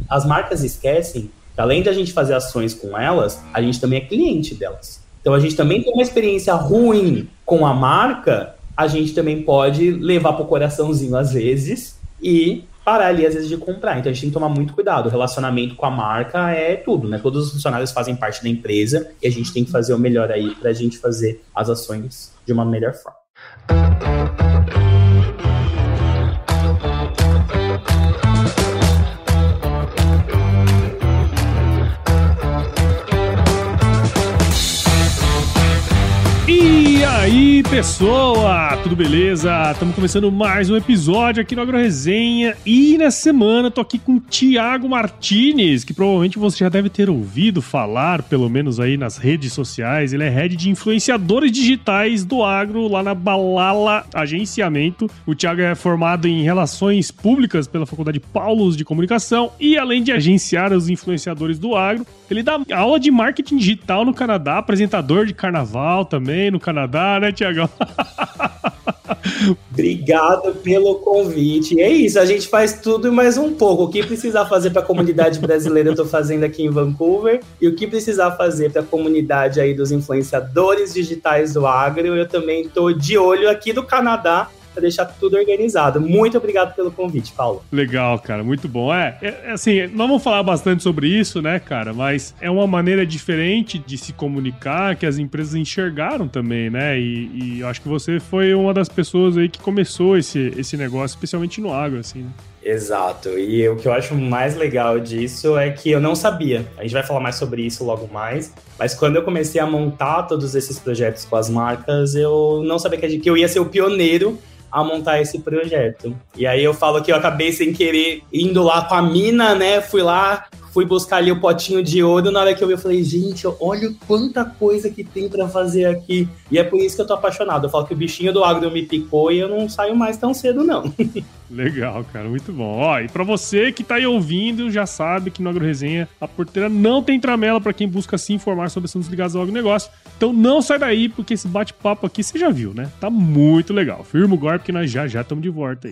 as marcas esquecem que, além de a gente fazer ações com elas, a gente também é cliente delas. Então, a gente também tem uma experiência ruim com a marca, a gente também pode levar pro coraçãozinho às vezes e parar ali às vezes de comprar. Então, a gente tem que tomar muito cuidado. O relacionamento com a marca é tudo, né? Todos os funcionários fazem parte da empresa e a gente tem que fazer o melhor aí pra gente fazer as ações de uma melhor forma. E aí, pessoal, tudo beleza? Estamos começando mais um episódio aqui no AgroResenha e nessa semana tô aqui com o Thiago Martins, que provavelmente você já deve ter ouvido falar, pelo menos aí nas redes sociais. Ele é head de influenciadores digitais do agro lá na Balala Agenciamento. O Thiago é formado em Relações Públicas pela Faculdade Paulus de Comunicação e, além de agenciar os influenciadores do agro, ele dá aula de marketing digital no Canadá, apresentador de carnaval também no Canadá, né, Thiagão? Obrigado pelo convite. E é isso, a gente faz tudo e mais um pouco. O que precisar fazer para a comunidade brasileira eu estou fazendo aqui em Vancouver, e o que precisar fazer para a comunidade aí dos influenciadores digitais do agro, eu também estou de olho aqui do Canadá para deixar tudo organizado. Muito obrigado pelo convite, Paulo. Legal, cara, muito bom. Assim, nós vamos falar bastante sobre isso, né, cara, mas é uma maneira diferente de se comunicar que as empresas enxergaram também, né, e eu acho que você foi uma das pessoas aí que começou esse negócio, especialmente no agro, assim, né? Exato, e o que eu acho mais legal disso é que eu não sabia, a gente vai falar mais sobre isso logo mais, mas quando eu comecei a montar todos esses projetos com as marcas, eu não sabia que eu ia ser o pioneiro a montar esse projeto. E aí eu falo que eu acabei sem querer indo lá com a mina, né? Fui buscar ali o potinho de ouro. Na hora que eu vi, eu falei, gente, olha quanta coisa que tem pra fazer aqui. E é por isso que eu tô apaixonado. Eu falo que o bichinho do agro me picou e eu não saio mais tão cedo, não. Legal, cara, muito bom. Ó, e pra você que tá aí ouvindo, já sabe que no AgroResenha a porteira não tem tramela pra quem busca se informar sobre assuntos ligados ao agronegócio. Então não sai daí, porque esse bate-papo aqui você já viu, né? Tá muito legal. Firma o golpe que nós já estamos de volta aí.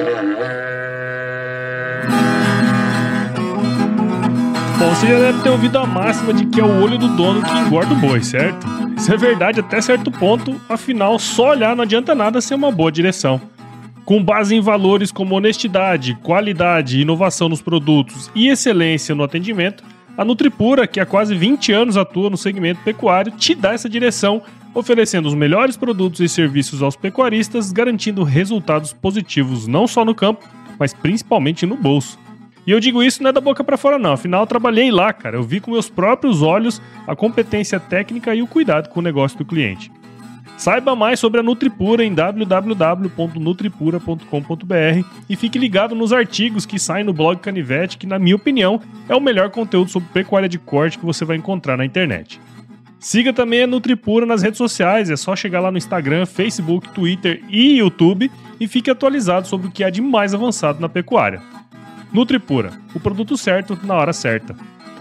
Bom, você já deve ter ouvido a máxima de que é o olho do dono que engorda o boi, certo? Isso é verdade até certo ponto, afinal, só olhar não adianta nada ser uma boa direção. Com base em valores como honestidade, qualidade, inovação nos produtos e excelência no atendimento, a Nutripura, que há quase 20 anos atua no segmento pecuário, te dá essa direção, oferecendo os melhores produtos e serviços aos pecuaristas, garantindo resultados positivos não só no campo, mas principalmente no bolso. E eu digo isso não é da boca pra fora não, afinal eu trabalhei lá, cara, eu vi com meus próprios olhos a competência técnica e o cuidado com o negócio do cliente. Saiba mais sobre a Nutripura em www.nutripura.com.br e fique ligado nos artigos que saem no blog Canivete, que na minha opinião é o melhor conteúdo sobre pecuária de corte que você vai encontrar na internet. Siga também a Nutripura nas redes sociais, é só chegar lá no Instagram, Facebook, Twitter e YouTube e fique atualizado sobre o que há de mais avançado na pecuária. Nutripura, o produto certo na hora certa.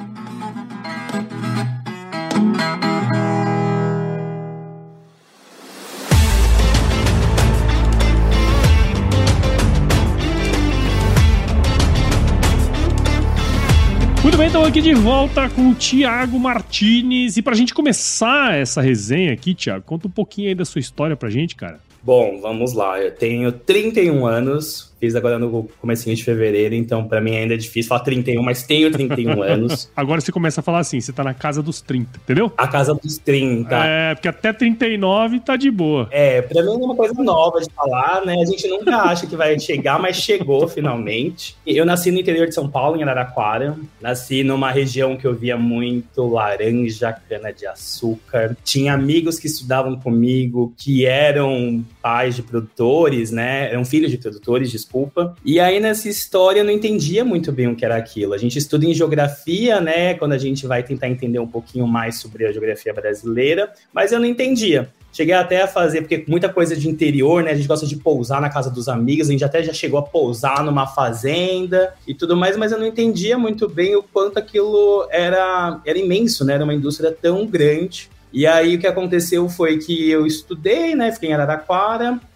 Muito bem, então aqui de volta com o Thiago Martins. E pra gente começar essa resenha aqui, Thiago, conta um pouquinho aí da sua história pra gente, cara. Bom, vamos lá. Eu tenho 31 anos, fiz agora no comecinho de fevereiro, então pra mim ainda é difícil falar 31, mas tenho 31 anos. Agora você começa a falar assim, você tá na casa dos 30, entendeu? A casa dos 30. É, porque até 39 tá de boa. É, pra mim é uma coisa nova de falar, né? A gente nunca acha que vai chegar, mas chegou finalmente. Eu nasci no interior de São Paulo, em Araraquara. Nasci numa região que eu via muito laranja, cana-de-açúcar. Tinha amigos que estudavam comigo, que eram pais de produtores, né? Eram filhos de produtores, desculpa. E aí, nessa história, eu não entendia muito bem o que era aquilo. A gente estuda em geografia, né? Quando a gente vai tentar entender um pouquinho mais sobre a geografia brasileira, mas eu não entendia. Cheguei até a fazer, porque muita coisa de interior, né? A gente gosta de pousar na casa dos amigos, a gente até já chegou a pousar numa fazenda e tudo mais, mas eu não entendia muito bem o quanto aquilo era imenso, né? Era uma indústria tão grande. E aí o que aconteceu foi que eu estudei, né? Fiquei em Araraquara,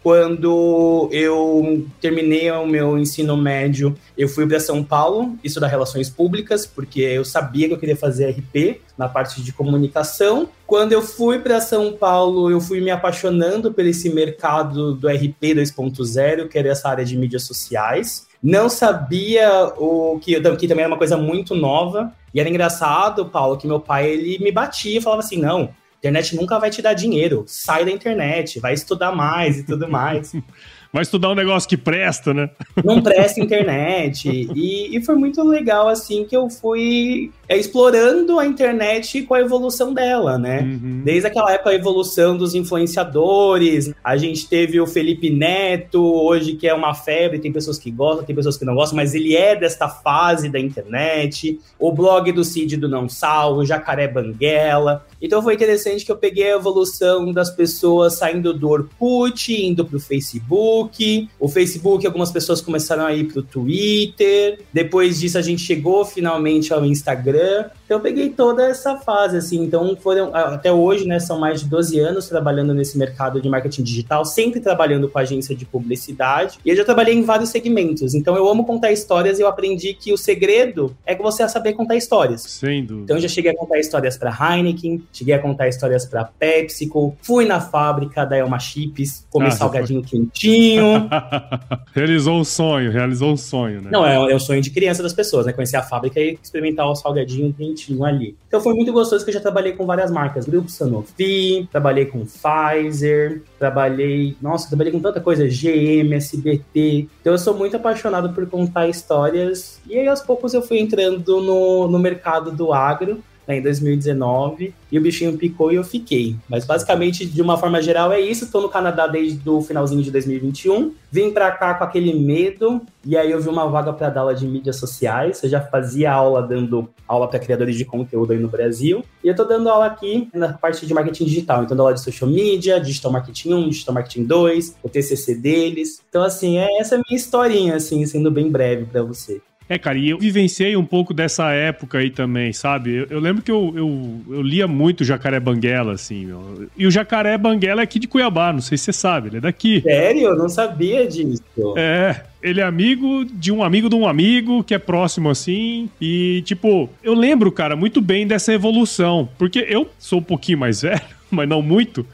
Quando eu terminei o meu ensino médio, eu fui para São Paulo estudar Relações Públicas, porque eu sabia que eu queria fazer RP na parte de comunicação. Quando eu fui para São Paulo, eu fui me apaixonando por esse mercado do RP 2.0, que era essa área de mídias sociais. Não sabia que também era uma coisa muito nova. E era engraçado, Paulo, que meu pai ele me batia e falava assim, não, internet nunca vai te dar dinheiro, sai da internet, vai estudar mais e tudo mais. Vai estudar um negócio que presta, né? Não presta internet. E foi muito legal, assim, que eu fui explorando a internet com a evolução dela, né? Uhum. Desde aquela época, a evolução dos influenciadores. A gente teve o Felipe Neto, hoje que é uma febre, tem pessoas que gostam, tem pessoas que não gostam, mas ele é desta fase da internet. O blog do Cid do Não Salvo, Jacaré Banguela. Então foi interessante que eu peguei a evolução das pessoas saindo do Orkut, indo pro Facebook. O Facebook, algumas pessoas começaram a ir pro Twitter. Depois disso, a gente chegou finalmente ao Instagram. Então eu peguei toda essa fase, assim. Então foram, até hoje, né, são mais de 12 anos trabalhando nesse mercado de marketing digital, sempre trabalhando com agência de publicidade. E eu já trabalhei em vários segmentos. Então eu amo contar histórias e eu aprendi que o segredo é que você saber contar histórias. Sem dúvida. Então eu já cheguei a contar histórias para Heineken, cheguei a contar histórias para PepsiCo, fui na fábrica da Elma Chips, comer salgadinho quentinho. Realizou um sonho, né? Não, é o sonho de criança das pessoas, né? Conhecer a fábrica e experimentar o salgadinho quentinho ali. Então foi muito gostoso que eu já trabalhei com várias marcas. Grupo Sanofi, trabalhei com Pfizer, trabalhei com tanta coisa, GM, SBT. Então eu sou muito apaixonado por contar histórias. E aí aos poucos eu fui entrando no mercado do agro, em 2019, e o bichinho picou e eu fiquei. Mas basicamente, de uma forma geral, é isso. Tô no Canadá desde o finalzinho de 2021. Vim pra cá com aquele medo, e aí eu vi uma vaga para dar aula de mídias sociais. Eu já fazia dando aula para criadores de conteúdo aí no Brasil. E eu tô dando aula aqui na parte de marketing digital. Então, dou aula de social media, digital marketing 1, digital marketing 2, o TCC deles. Então, assim, essa é a minha historinha, assim, sendo bem breve para você. Cara, e eu vivenciei um pouco dessa época aí também, sabe? Eu lembro que eu lia muito Jacaré Banguela, assim, meu. E o Jacaré Banguela é aqui de Cuiabá, não sei se você sabe, ele é daqui. Sério? Eu não sabia disso. Ele é amigo de um amigo que é próximo, assim, e, tipo, eu lembro, cara, muito bem dessa evolução, porque eu sou um pouquinho mais velho, mas não muito.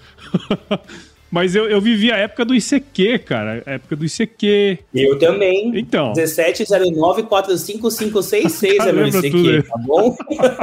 Mas eu vivi a época do ICQ, cara. A época do ICQ. Eu também. Então. 1709-45566 é meu ICQ, tá bom?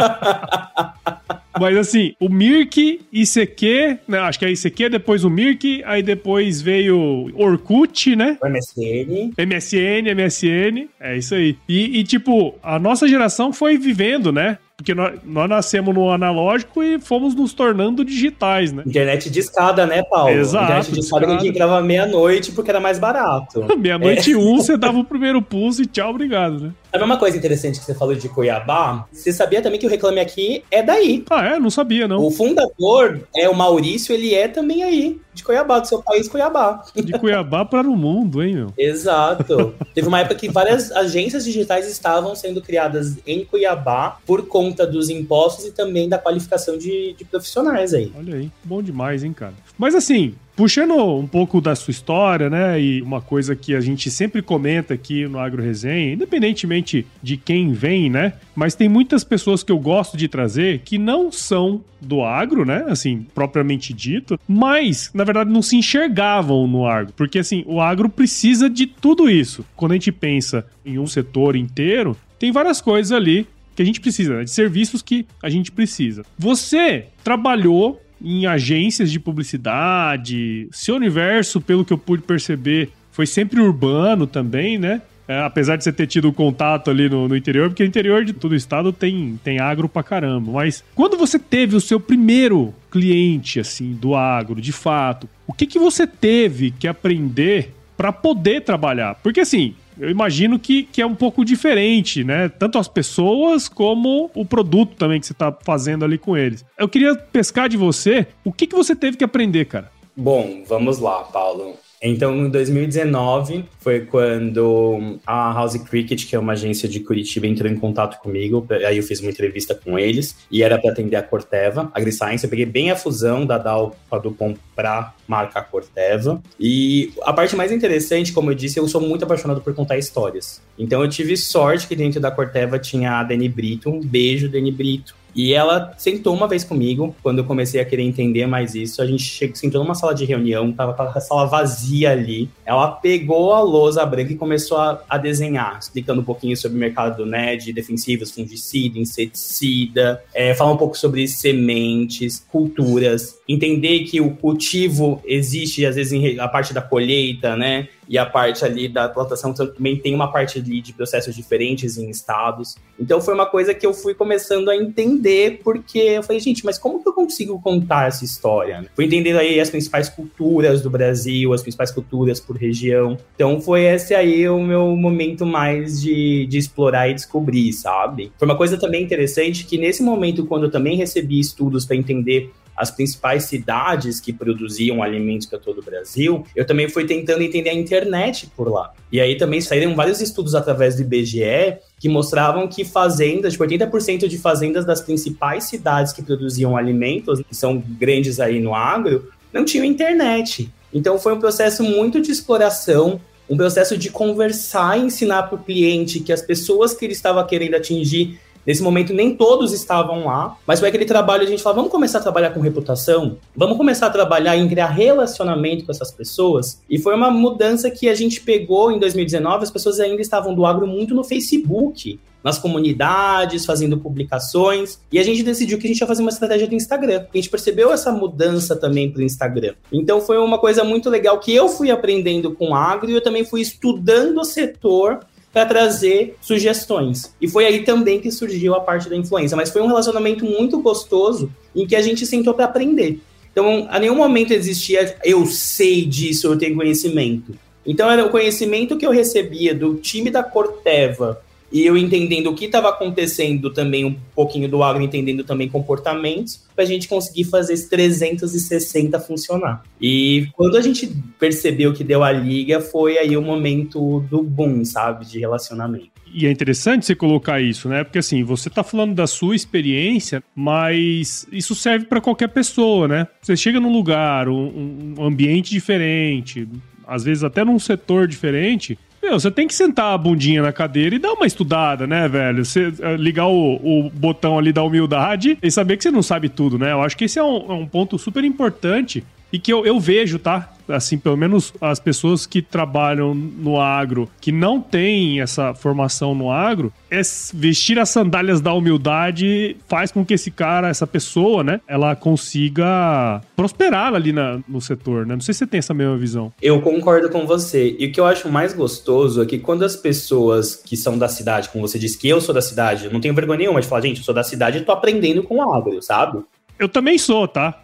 Mas assim, o Mirk, ICQ, né, acho que é ICQ, depois o Mirk, aí depois veio Orkut, né? O MSN. MSN, é isso aí. E tipo, a nossa geração foi vivendo, né? Porque nós nascemos no analógico e fomos nos tornando digitais, né? Internet de escada, né, Paulo? Exato. Internet de escada que a gente entrava meia-noite porque era mais barato. Meia-noite você dava o primeiro pulso e tchau, obrigado, né? Sabe uma coisa interessante que você falou de Cuiabá? Você sabia também que o Reclame Aqui é daí. Não sabia, não. O fundador, o Maurício, ele é também aí, de Cuiabá, do seu país, Cuiabá. De Cuiabá para o mundo, hein, meu? Exato. Teve uma época que várias agências digitais estavam sendo criadas em Cuiabá por conta dos impostos e também da qualificação de profissionais aí. Olha aí, bom demais, hein, cara? Mas assim, puxando um pouco da sua história, né, e uma coisa que a gente sempre comenta aqui no Agro Resenha, independentemente de quem vem, né, mas tem muitas pessoas que eu gosto de trazer que não são do agro, né, assim, propriamente dito, mas, na verdade, não se enxergavam no agro, porque, assim, o agro precisa de tudo isso. Quando a gente pensa em um setor inteiro, tem várias coisas ali que a gente precisa, né, de serviços que a gente precisa. Você trabalhou em agências de publicidade, seu universo, pelo que eu pude perceber, foi sempre urbano também, né? Apesar de você ter tido contato ali no interior, porque o interior de todo o estado tem agro pra caramba. Mas quando você teve o seu primeiro cliente, assim, do agro, de fato, o que você teve que aprender pra poder trabalhar? Porque, assim, eu imagino que é um pouco diferente, né? Tanto as pessoas como o produto também que você tá fazendo ali com eles. Eu queria pescar de você, o que você teve que aprender, cara? Bom, vamos lá, Paulo. Então, em 2019, foi quando a House Cricket, que é uma agência de Curitiba, entrou em contato comigo. Aí eu fiz uma entrevista com eles, e era para atender a Corteva, AgriScience. Eu peguei bem a fusão da Dow com a DuPont para marca Corteva. E a parte mais interessante, como eu disse, eu sou muito apaixonado por contar histórias. Então, eu tive sorte que dentro da Corteva tinha a Dani Brito. Um beijo, Dani Brito. E ela sentou uma vez comigo, quando eu comecei a querer entender mais isso. A gente sentou numa sala de reunião, tava com a sala vazia ali. Ela pegou a lousa branca e começou a desenhar, explicando um pouquinho sobre o mercado, né, de defensivos, fungicida, inseticida, falar um pouco sobre sementes, culturas, entender que o cultivo existe, às vezes, a parte da colheita, né, e a parte ali da plantação também tem uma parte ali de processos diferentes em estados. Então foi uma coisa que eu fui começando a entender, porque eu falei, gente, mas como que eu consigo contar essa história? Fui entendendo aí as principais culturas do Brasil, as principais culturas por região. Então foi esse aí o meu momento mais de explorar e descobrir, sabe? Foi uma coisa também interessante que nesse momento, quando eu também recebi estudos para entender as principais cidades que produziam alimentos para todo o Brasil, eu também fui tentando entender a internet por lá. E aí também saíram vários estudos através do IBGE que mostravam que fazendas, tipo 80% de fazendas das principais cidades que produziam alimentos, que são grandes aí no agro, não tinham internet. Então foi um processo muito de exploração, um processo de conversar e ensinar para o cliente que as pessoas que ele estava querendo atingir, nesse momento, nem todos estavam lá, mas foi aquele trabalho, a gente falava, vamos começar a trabalhar com reputação? Vamos começar a trabalhar em criar relacionamento com essas pessoas? E foi uma mudança que a gente pegou em 2019, as pessoas ainda estavam do agro muito no Facebook, nas comunidades, fazendo publicações, e a gente decidiu que a gente ia fazer uma estratégia do Instagram. A gente percebeu essa mudança também para o Instagram. Então foi uma coisa muito legal que eu fui aprendendo com o agro e eu também fui estudando o setor para trazer sugestões. E foi aí também que surgiu a parte da influência. Mas foi um relacionamento muito gostoso em que a gente sentou para aprender. Então, a nenhum momento existia, eu sei disso, eu tenho conhecimento. Então, era o conhecimento que eu recebia do time da Corteva e eu entendendo o que estava acontecendo também, um pouquinho do agro, entendendo também comportamentos, para a gente conseguir fazer esse 360 funcionar. E quando a gente percebeu que deu a liga, foi aí o momento do boom, sabe, de relacionamento. E é interessante você colocar isso, né? Porque assim, você tá falando da sua experiência, mas isso serve para qualquer pessoa, né? Você chega num lugar, um ambiente diferente, às vezes até num setor diferente, você tem que sentar a bundinha na cadeira e dar uma estudada, né, velho? Você ligar o botão ali da humildade e saber que você não sabe tudo, né? Eu acho que esse é um ponto super importante e que eu vejo, tá? Assim, pelo menos as pessoas que trabalham no agro, que não têm essa formação no agro, vestir as sandálias da humildade faz com que esse cara, essa pessoa, né, ela consiga prosperar ali no setor, né? Não sei se você tem essa mesma visão. Eu concordo com você. E o que eu acho mais gostoso é que quando as pessoas que são da cidade, como você disse que eu sou da cidade, eu não tenho vergonha nenhuma de falar, gente, eu sou da cidade e tô aprendendo com o agro, sabe? Eu também sou, tá?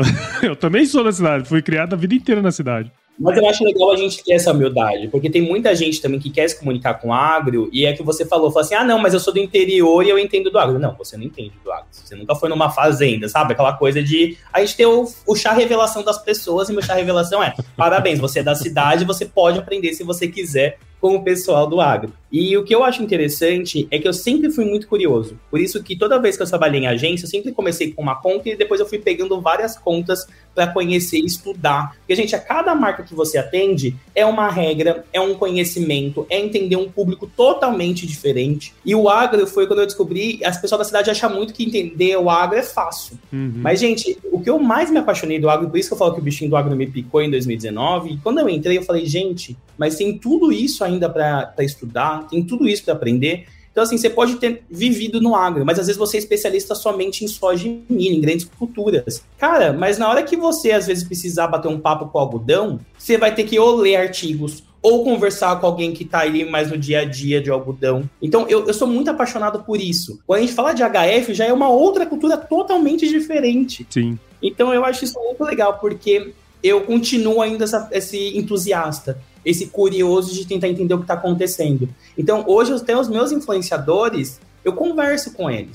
Eu também sou da cidade. Fui criado a vida inteira na cidade. Mas eu acho legal a gente ter essa humildade, porque tem muita gente também que quer se comunicar com o agro, e é que você falou assim, ah, não, mas eu sou do interior e eu entendo do agro. Não, você não entende do agro. Você nunca foi numa fazenda, sabe? Aquela coisa de... A gente tem o chá revelação das pessoas, e meu chá revelação é, parabéns, você é da cidade, você pode aprender se você quiser com o pessoal do agro. E o que eu acho interessante é que eu sempre fui muito curioso. Por isso que toda vez que eu trabalhei em agência, eu sempre comecei com uma conta e depois eu fui pegando várias contas para conhecer e estudar. Porque, gente, a cada marca que você atende é uma regra, é um conhecimento, é entender um público totalmente diferente. E o agro foi quando eu descobri, as pessoas da cidade acham muito que entender o agro é fácil. Uhum. Mas, gente, o que eu mais me apaixonei do agro, por isso que eu falo que o bichinho do agro me picou em 2019, e quando eu entrei eu falei, gente, mas tem tudo isso ainda para estudar, tem tudo isso para aprender. Então, assim, você pode ter vivido no agro, mas às vezes você é especialista somente em soja e milho, em grandes culturas. Cara, mas na hora que você, às vezes, precisar bater um papo com o algodão, você vai ter que ou ler artigos, ou conversar com alguém que tá ali mais no dia a dia de algodão. Então, eu sou muito apaixonado por isso. Quando a gente fala de HF, já é uma outra cultura totalmente diferente. Sim. Então, eu acho isso muito legal, porque eu continuo ainda esse entusiasta, esse curioso de tentar entender o que está acontecendo. Então, hoje, os meus influenciadores, eu converso com eles.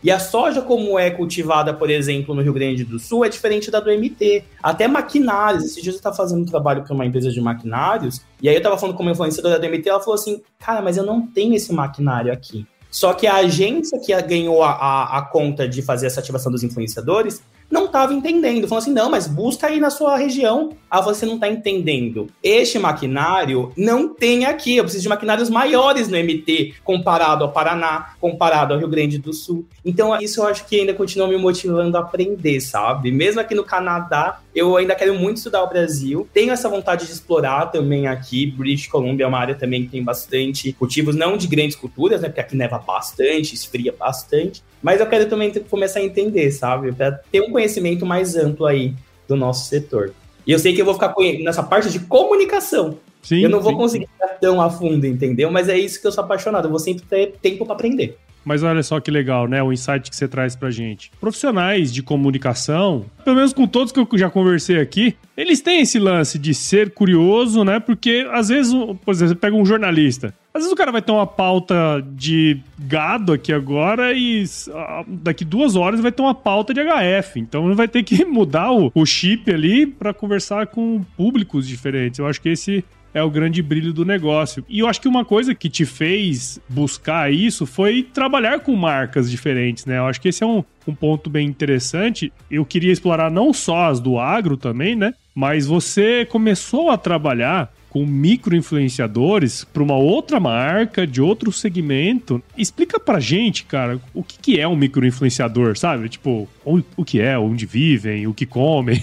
E a soja, como é cultivada, por exemplo, no Rio Grande do Sul, é diferente da do MT. Até maquinários. Esses dias eu estava fazendo um trabalho para uma empresa de maquinários, e aí eu estava falando com uma influenciadora do MT, ela falou assim, cara, mas eu não tenho esse maquinário aqui. Só que a agência que ganhou a conta de fazer essa ativação dos influenciadores não estava entendendo. Falou assim, não, mas busca aí na sua região. Ah, você não está entendendo. Este maquinário não tem aqui. Eu preciso de maquinários maiores no MT, comparado ao Paraná, comparado ao Rio Grande do Sul. Então, isso eu acho que ainda continua me motivando a aprender, sabe? Mesmo aqui no Canadá, eu ainda quero muito estudar o Brasil. Tenho essa vontade de explorar também aqui. British Columbia é uma área também que tem bastante cultivos, não de grandes culturas, né? Porque aqui neva bastante, esfria bastante. Mas eu quero também começar a entender, sabe? Para ter um conhecimento mais amplo aí do nosso setor. E eu sei que eu vou ficar nessa parte de comunicação. Sim, eu não vou conseguir ir tão a fundo, entendeu? Mas é isso que eu sou apaixonado. Eu vou sempre ter tempo para aprender. Mas olha só que legal, né? O insight que você traz pra gente. Profissionais de comunicação, pelo menos com todos que eu já conversei aqui, eles têm esse lance de ser curioso, né? Porque às vezes, por exemplo, você pega um jornalista. Às vezes o cara vai ter uma pauta de gado aqui agora e daqui 2 horas vai ter uma pauta de HF. Então ele vai ter que mudar o chip ali para conversar com públicos diferentes. Eu acho que esse é o grande brilho do negócio. E eu acho que uma coisa que te fez buscar isso foi trabalhar com marcas diferentes, né? Eu acho que esse é um ponto bem interessante. Eu queria explorar não só as do agro também, né? Mas você começou a trabalhar com micro-influenciadores para uma outra marca, de outro segmento. Explica pra gente, cara, o que é um micro-influenciador, sabe? Tipo, o que é, onde vivem, o que comem.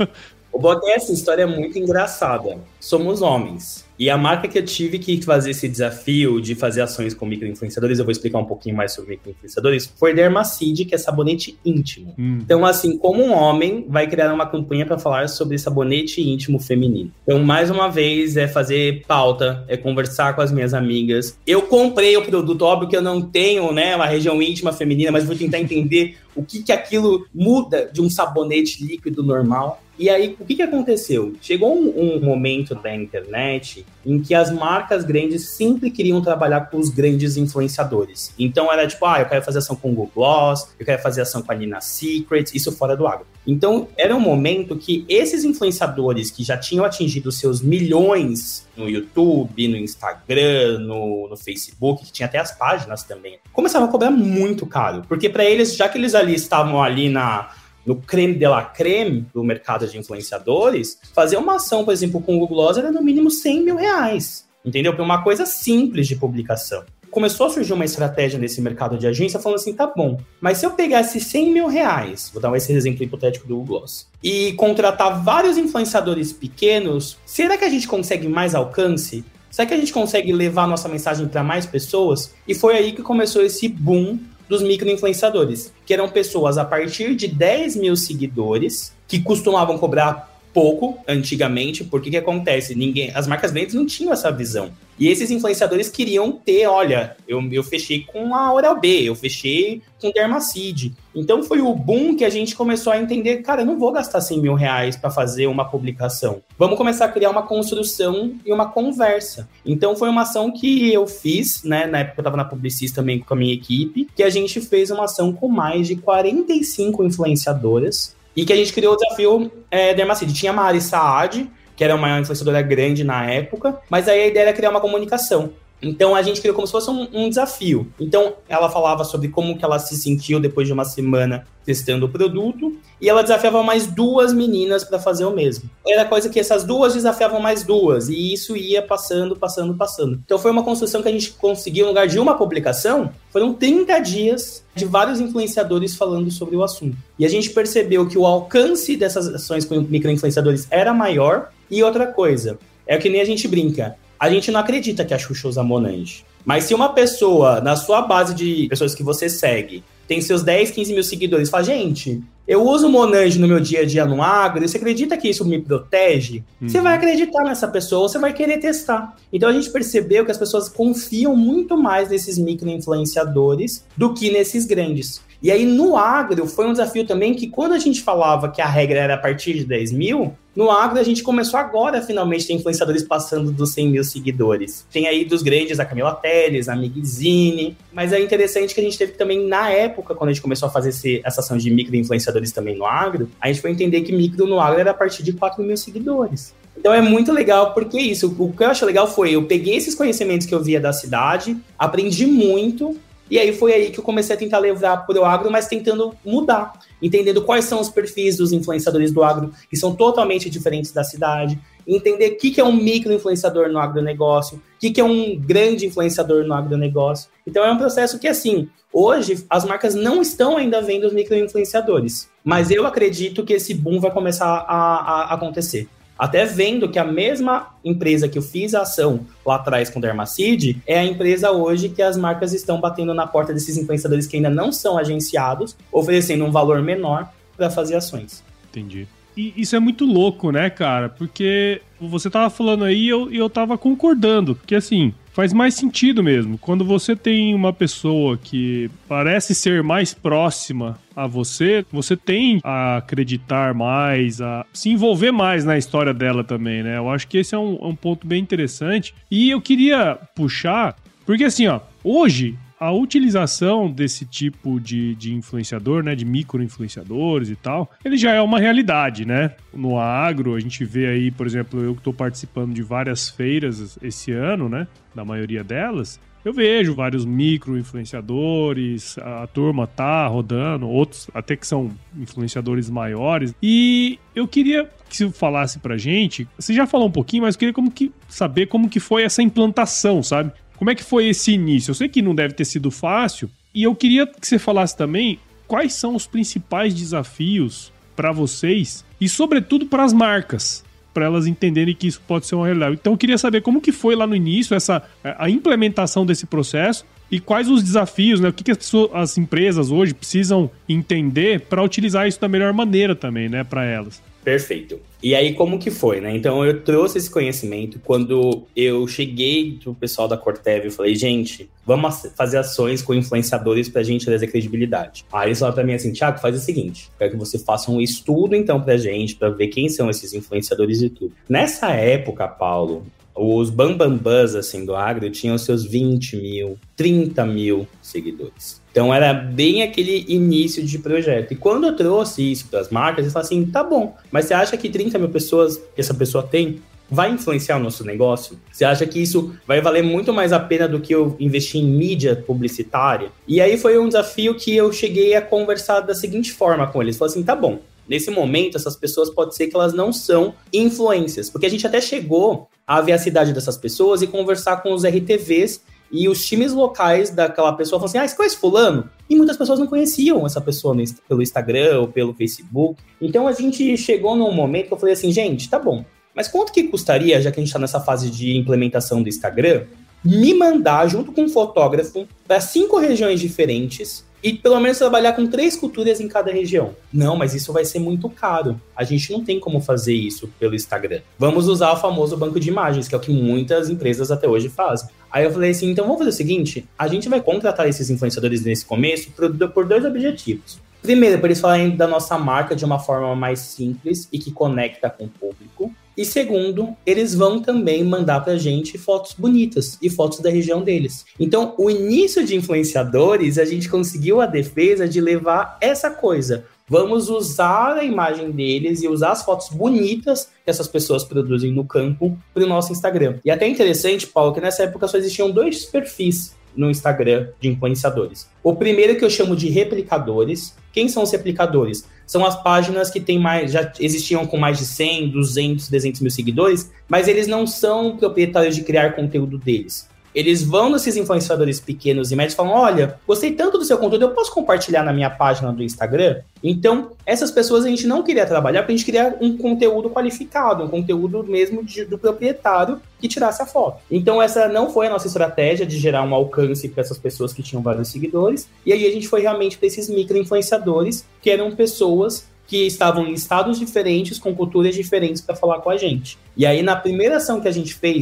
O Bota, essa história é muito engraçada. Somos homens. E a marca que eu tive que fazer esse desafio de fazer ações com micro-influenciadores, eu vou explicar um pouquinho mais sobre micro-influenciadores, foi Dermacide, que é sabonete íntimo. Então, assim, como um homem vai criar uma campanha para falar sobre sabonete íntimo feminino. Então, mais uma vez, é fazer pauta, é conversar com as minhas amigas. Eu comprei o produto, óbvio que eu não tenho, né, uma região íntima feminina, mas vou tentar entender o que aquilo muda de um sabonete líquido normal. E aí, o que aconteceu? Chegou um momento da internet em que as marcas grandes sempre queriam trabalhar com os grandes influenciadores. Então, era tipo, eu quero fazer ação com o Google Gloss, eu quero fazer ação com a Nina Secret, isso fora do agro. Então, era um momento que esses influenciadores que já tinham atingido seus milhões no YouTube, no Instagram, no Facebook, que tinha até as páginas também, começavam a cobrar muito caro. Porque para eles, já que eles ali estavam ali no creme de la creme do mercado de influenciadores, fazer uma ação, por exemplo, com o Google Gloss era no mínimo 100 mil reais, entendeu? Para uma coisa simples de publicação. Começou a surgir uma estratégia nesse mercado de agência falando assim, tá bom, mas se eu pegasse 100 mil reais, vou dar esse exemplo hipotético do Google Gloss, e contratar vários influenciadores pequenos, será que a gente consegue mais alcance? Será que a gente consegue levar a nossa mensagem para mais pessoas? E foi aí que começou esse boom dos micro-influenciadores, que eram pessoas a partir de 10 mil seguidores, que costumavam cobrar pouco antigamente, porque o que acontece? As marcas grandes não tinham essa visão. E esses influenciadores queriam ter, olha, eu fechei com a Oral-B, eu fechei com Dermacide. Então foi o boom que a gente começou a entender, cara, eu não vou gastar 100 mil reais para fazer uma publicação. Vamos começar a criar uma construção e uma conversa. Então foi uma ação que eu fiz, né, na época eu estava na Publicis também com a minha equipe, que a gente fez uma ação com mais de 45 influenciadoras, e que a gente criou o desafio Dermacide. Tinha a Mari Saad, que era uma influenciadora grande na época, mas aí a ideia era criar uma comunicação. Então a gente criou como se fosse um desafio. Então ela falava sobre como que ela se sentiu depois de uma semana testando o produto, e ela desafiava mais 2 meninas para fazer o mesmo. Era coisa que essas 2 desafiavam mais 2, e isso ia passando. Então foi uma construção que a gente conseguiu, no lugar de uma publicação, foram 30 dias de vários influenciadores falando sobre o assunto. E a gente percebeu que o alcance dessas ações com micro-influenciadores era maior. E outra coisa, é que nem a gente brinca, a gente não acredita que a Xuxa usa Monange. Mas se uma pessoa, na sua base de pessoas que você segue, tem seus 10, 15 mil seguidores, fala, gente, eu uso Monange no meu dia a dia no agro, e você acredita que isso me protege? Você vai acreditar nessa pessoa, você vai querer testar. Então a gente percebeu que as pessoas confiam muito mais nesses micro-influenciadores do que nesses grandes. E aí no agro foi um desafio também que quando a gente falava que a regra era a partir de 10 mil, No agro, a gente começou agora, finalmente, ter influenciadores passando dos 100 mil seguidores. Tem aí dos grandes, a Camila Telles, a Migzine, mas é interessante que a gente teve também, na época, quando a gente começou a fazer essa ação de micro-influenciadores também no agro, a gente foi entender que micro no agro era a partir de 4 mil seguidores. Então é muito legal, porque isso, o que eu acho legal foi, eu peguei esses conhecimentos que eu via da cidade, aprendi muito, e aí foi aí que eu comecei a tentar levar para o agro, mas tentando mudar, entendendo quais são os perfis dos influenciadores do agro, que são totalmente diferentes da cidade, entender o que é um micro-influenciador no agronegócio, o que é um grande influenciador no agronegócio. Então é um processo que, assim, hoje as marcas não estão ainda vendo os micro-influenciadores, mas eu acredito que esse boom vai começar a acontecer. Até vendo que a mesma empresa que eu fiz a ação lá atrás com o Dermacide é a empresa hoje que as marcas estão batendo na porta desses influenciadores que ainda não são agenciados, oferecendo um valor menor para fazer ações. Entendi. E isso é muito louco, né, cara? Porque você tava falando aí e eu tava concordando. Porque, assim, faz mais sentido mesmo. Quando você tem uma pessoa que parece ser mais próxima a você, você tem a acreditar mais, a se envolver mais na história dela também, né? Eu acho que esse é um ponto bem interessante. E eu queria puxar, porque assim, ó, hoje a utilização desse tipo de influenciador, né, de micro-influenciadores e tal, ele já é uma realidade, né? No agro, a gente vê aí, por exemplo, eu que estou participando de várias feiras esse ano, né, da maioria delas, eu vejo vários micro-influenciadores, a turma tá rodando, outros até que são influenciadores maiores, e eu queria que você falasse pra gente, você já falou um pouquinho, mas eu queria saber como que foi essa implantação, sabe? Como é que foi esse início? Eu sei que não deve ter sido fácil, e eu queria que você falasse também quais são os principais desafios para vocês e, sobretudo, para as marcas, para elas entenderem que isso pode ser uma realidade. Então, eu queria saber como que foi lá no início a implementação desse processo e quais os desafios, né? O que as empresas hoje precisam entender para utilizar isso da melhor maneira também, né, para elas. Perfeito. E aí, como que foi, né? Então, eu trouxe esse conhecimento quando eu cheguei do pessoal da Corteva e falei, gente, vamos fazer ações com influenciadores pra gente trazer credibilidade. Aí eles falaram pra mim assim, Thiago, faz o seguinte, quero que você faça um estudo, então, pra gente, pra ver quem são esses influenciadores e tudo. Nessa época, Paulo, os bambambãs, assim, do agro tinham os seus 20 mil, 30 mil seguidores. Então, era bem aquele início de projeto. E quando eu trouxe isso para as marcas, eles falaram assim, tá bom, mas você acha que 30 mil pessoas que essa pessoa tem vai influenciar o nosso negócio? Você acha que isso vai valer muito mais a pena do que eu investir em mídia publicitária? E aí foi um desafio que eu cheguei a conversar da seguinte forma com eles. Falei assim, tá bom, nesse momento essas pessoas pode ser que elas não são influências, porque a gente até chegou a ver a cidade dessas pessoas e conversar com os RTVs e os times locais daquela pessoa falam assim, você conhece fulano? E muitas pessoas não conheciam essa pessoa pelo Instagram ou pelo Facebook. Então a gente chegou num momento que eu falei assim, gente, tá bom, mas quanto que custaria, já que a gente está nessa fase de implementação do Instagram, me mandar junto com um fotógrafo para 5 regiões diferentes e pelo menos trabalhar com 3 culturas em cada região? Não, mas isso vai ser muito caro. A gente não tem como fazer isso pelo Instagram. Vamos usar o famoso banco de imagens, que é o que muitas empresas até hoje fazem. Aí eu falei assim, então vamos fazer o seguinte, a gente vai contratar esses influenciadores nesse começo por 2 objetivos. Primeiro, para eles falarem da nossa marca de uma forma mais simples e que conecta com o público. E segundo, eles vão também mandar pra gente fotos bonitas e fotos da região deles. Então, o início de influenciadores, a gente conseguiu a defesa de levar essa coisa. Vamos usar a imagem deles e usar as fotos bonitas que essas pessoas produzem no campo para o nosso Instagram. E até interessante, Paulo, que nessa época só existiam 2 perfis no Instagram de influenciadores. O primeiro que eu chamo de replicadores. Quem são os replicadores? São as páginas que já existiam com mais de 100, 200, 300 mil seguidores, mas eles não são proprietários de criar conteúdo deles. Eles vão nesses influenciadores pequenos e médios e falam, olha, gostei tanto do seu conteúdo, eu posso compartilhar na minha página do Instagram? Então, essas pessoas a gente não queria trabalhar porque a gente queria um conteúdo qualificado, um conteúdo mesmo do proprietário que tirasse a foto. Então, essa não foi a nossa estratégia de gerar um alcance para essas pessoas que tinham vários seguidores. E aí a gente foi realmente para esses micro-influenciadores, que eram pessoas que estavam em estados diferentes, com culturas diferentes para falar com a gente. E aí, na primeira ação que a gente fez,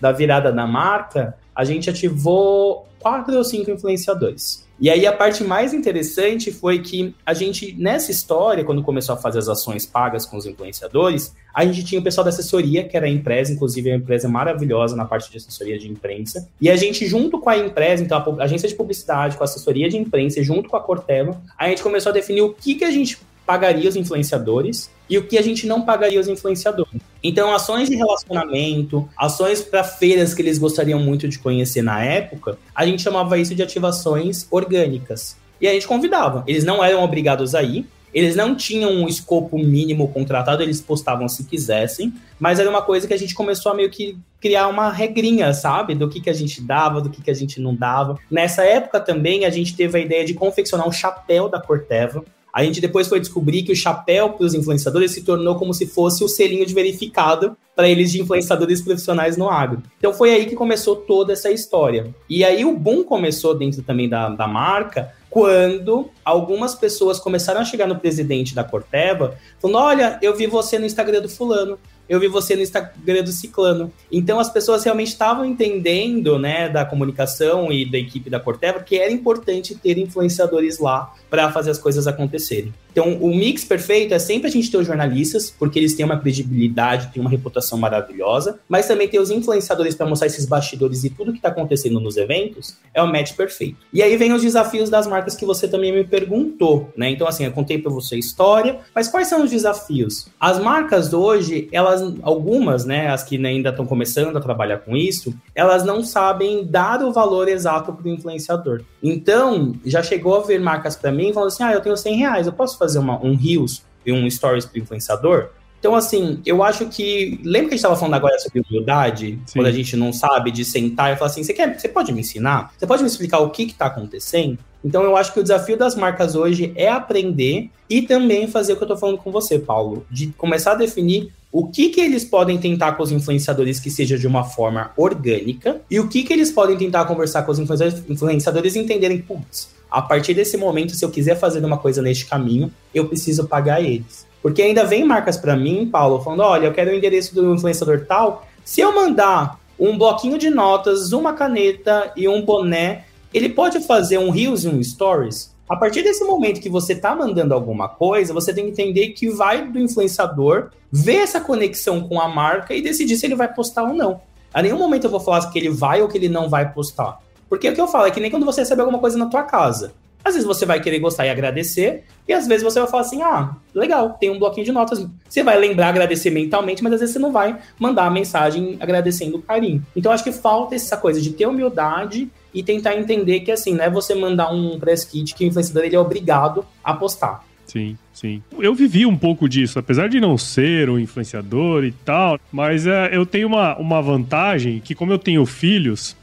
da virada da marca, a gente ativou 4 ou 5 influenciadores. E aí a parte mais interessante foi que a gente, nessa história, quando começou a fazer as ações pagas com os influenciadores, a gente tinha o pessoal da assessoria, que era a empresa, inclusive a empresa maravilhosa na parte de assessoria de imprensa. E a gente, junto com a empresa, então a agência de publicidade, com a assessoria de imprensa, junto com a Corteva, a gente começou a definir o que a gente pagaria os influenciadores e o que a gente não pagaria os influenciadores. Então, ações de relacionamento, ações para feiras que eles gostariam muito de conhecer na época, a gente chamava isso de ativações orgânicas. E a gente convidava. Eles não eram obrigados a ir, eles não tinham um escopo mínimo contratado, eles postavam se quisessem, mas era uma coisa que a gente começou a meio que criar uma regrinha, sabe? Do que a gente dava, do que a gente não dava. Nessa época também, a gente teve a ideia de confeccionar um chapéu da Corteva. A gente depois foi descobrir que o chapéu para os influenciadores se tornou como se fosse o selinho de verificado para eles de influenciadores profissionais no agro. Então foi aí que começou toda essa história. E aí o boom começou dentro também da marca, quando algumas pessoas começaram a chegar no presidente da Corteva, falando, olha, eu vi você no Instagram do fulano, eu vi você no Instagram do ciclano. Então as pessoas realmente estavam entendendo, né, da comunicação e da equipe da Corteva que era importante ter influenciadores lá para fazer as coisas acontecerem. Então o mix perfeito é sempre a gente ter os jornalistas, porque eles têm uma credibilidade, têm uma reputação maravilhosa, mas também ter os influenciadores para mostrar esses bastidores e tudo que está acontecendo nos eventos, é o match perfeito. E aí vem os desafios das marcas que você também me perguntou, né? Então assim, eu contei para você a história, mas quais são os desafios? As marcas hoje, algumas, né, as que ainda estão começando a trabalhar com isso, elas não sabem dar o valor exato para o influenciador. Então, já chegou a ver marcas para mim falando assim, eu tenho R$100, eu posso fazer um Reels e um Stories para o influenciador? Então, assim, eu acho que... Lembra que a gente estava falando agora sobre humildade? Sim. Quando a gente não sabe de sentar e falar assim, você pode me ensinar? Você pode me explicar o que está acontecendo? Então, eu acho que o desafio das marcas hoje é aprender e também fazer o que eu estou falando com você, Paulo, de começar a definir o que eles podem tentar com os influenciadores que seja de uma forma orgânica e o que eles podem tentar conversar com os influenciadores e entenderem, putz, a partir desse momento, se eu quiser fazer uma coisa neste caminho, eu preciso pagar eles. Porque ainda vem marcas para mim, Paulo, falando, olha, eu quero o endereço do influenciador tal, se eu mandar um bloquinho de notas, uma caneta e um boné, ele pode fazer um Reels e um Stories? A partir desse momento que você está mandando alguma coisa, você tem que entender que vai do influenciador ver essa conexão com a marca e decidir se ele vai postar ou não. A nenhum momento eu vou falar que ele vai ou que ele não vai postar. Porque o que eu falo é que nem quando você recebe alguma coisa na tua casa. Às vezes você vai querer gostar e agradecer, e às vezes você vai falar assim, legal, tem um bloquinho de notas. Você vai lembrar, agradecer mentalmente, mas às vezes você não vai mandar a mensagem agradecendo o carinho. Então acho que falta essa coisa de ter humildade e tentar entender que assim, não é você mandar um press kit que o influenciador ele é obrigado a postar. Sim, sim. Eu vivi um pouco disso, apesar de não ser um influenciador e tal, mas eu tenho uma vantagem que, como eu tenho filhos,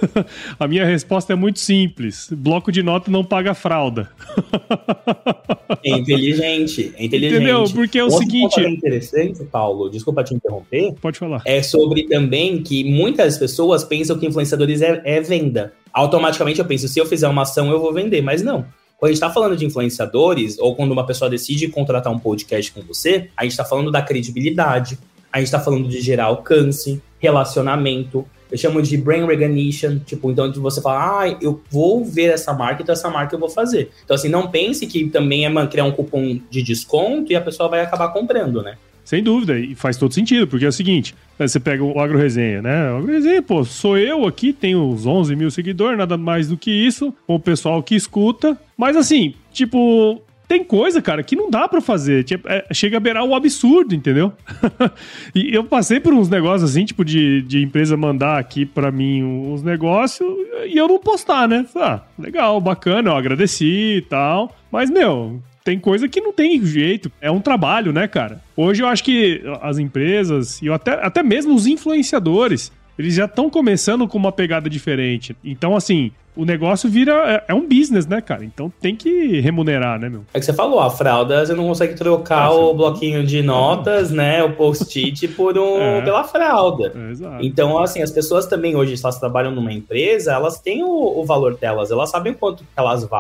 a minha resposta é muito simples. Bloco de nota não paga fralda. É inteligente. Entendeu? Porque é o seguinte... É interessante, Paulo, desculpa te interromper. Pode falar. É sobre também que muitas pessoas pensam que influenciadores é venda. Automaticamente eu penso, se eu fizer uma ação, eu vou vender, mas não. Quando a gente está falando de influenciadores, ou quando uma pessoa decide contratar um podcast com você, a gente está falando da credibilidade, a gente está falando de gerar alcance, relacionamento, eu chamo de brain recognition, tipo, então você fala, eu vou ver essa marca, então essa marca eu vou fazer. Então assim, não pense que também é criar um cupom de desconto e a pessoa vai acabar comprando, né? Sem dúvida, e faz todo sentido, porque é o seguinte, você pega o AgroResenha, né? O AgroResenha, sou eu aqui, tenho uns 11 mil seguidores, nada mais do que isso, com o pessoal que escuta, mas assim, tipo, tem coisa, cara, que não dá pra fazer, chega a beirar o absurdo, entendeu? E eu passei por uns negócios assim, tipo, de empresa mandar aqui pra mim uns negócios e eu não postar, né? Legal, bacana, eu agradeci e tal, mas, tem coisa que não tem jeito. É um trabalho, né, cara? Hoje eu acho que as empresas e até mesmo os influenciadores, eles já estão começando com uma pegada diferente. Então, assim, o negócio vira... É um business, né, cara? Então tem que remunerar, né, meu? É que você falou, a fralda, você não consegue trocar o bloquinho de notas, né, o post-it pela fralda. Exato. Então, assim, as pessoas também hoje, se elas trabalham numa empresa, elas têm o valor delas, elas sabem quanto elas valem.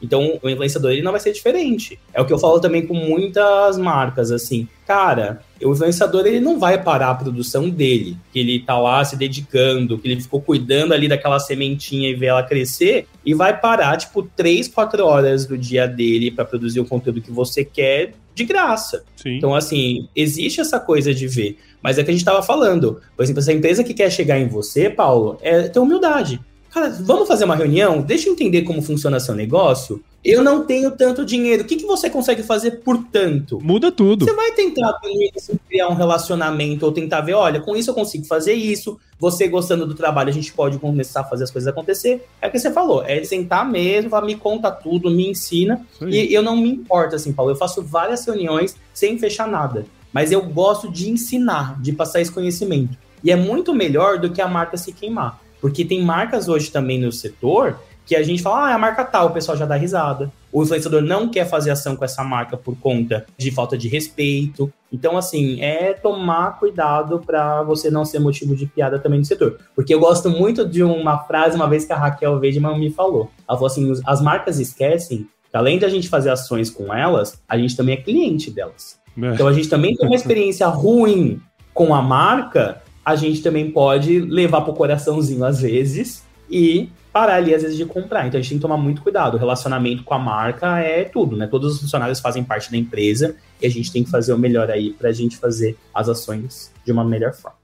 Então, o influenciador, ele não vai ser diferente. É o que eu falo também com muitas marcas, assim. Cara, o influenciador, ele não vai parar a produção dele, que ele tá lá se dedicando, que ele ficou cuidando ali daquela sementinha e ver ela crescer, e vai parar, 3, 4 horas do dia dele para produzir o conteúdo que você quer de graça. Sim. Então, assim, existe essa coisa de ver. Mas é que a gente tava falando. Por exemplo, essa empresa que quer chegar em você, Paulo, é ter humildade. Cara, vamos fazer uma reunião? Deixa eu entender como funciona seu negócio. Eu não tenho tanto dinheiro. O que você consegue fazer por tanto? Muda tudo. Você vai tentar criar um relacionamento ou tentar ver, olha, com isso eu consigo fazer isso. Você gostando do trabalho, a gente pode começar a fazer as coisas acontecer. É o que você falou, é sentar mesmo, falar, me conta tudo, me ensina. E eu não me importo, assim, Paulo. Eu faço várias reuniões sem fechar nada. Mas eu gosto de ensinar, de passar esse conhecimento. E é muito melhor do que a marca se queimar. Porque tem marcas hoje também no setor que a gente fala, é a marca tal, o pessoal já dá risada. O influenciador não quer fazer ação com essa marca por conta de falta de respeito. Então, assim, é tomar cuidado para você não ser motivo de piada também no setor. Porque eu gosto muito de uma frase, uma vez que a Raquel Weidman me falou. Ela falou assim, as marcas esquecem que além de a gente fazer ações com elas, a gente também é cliente delas. Então, a gente também tem uma experiência ruim com a marca, a gente também pode levar pro coraçãozinho às vezes e parar ali às vezes de comprar. Então a gente tem que tomar muito cuidado. O relacionamento com a marca é tudo, né? Todos os funcionários fazem parte da empresa e a gente tem que fazer o melhor aí pra gente fazer as ações de uma melhor forma.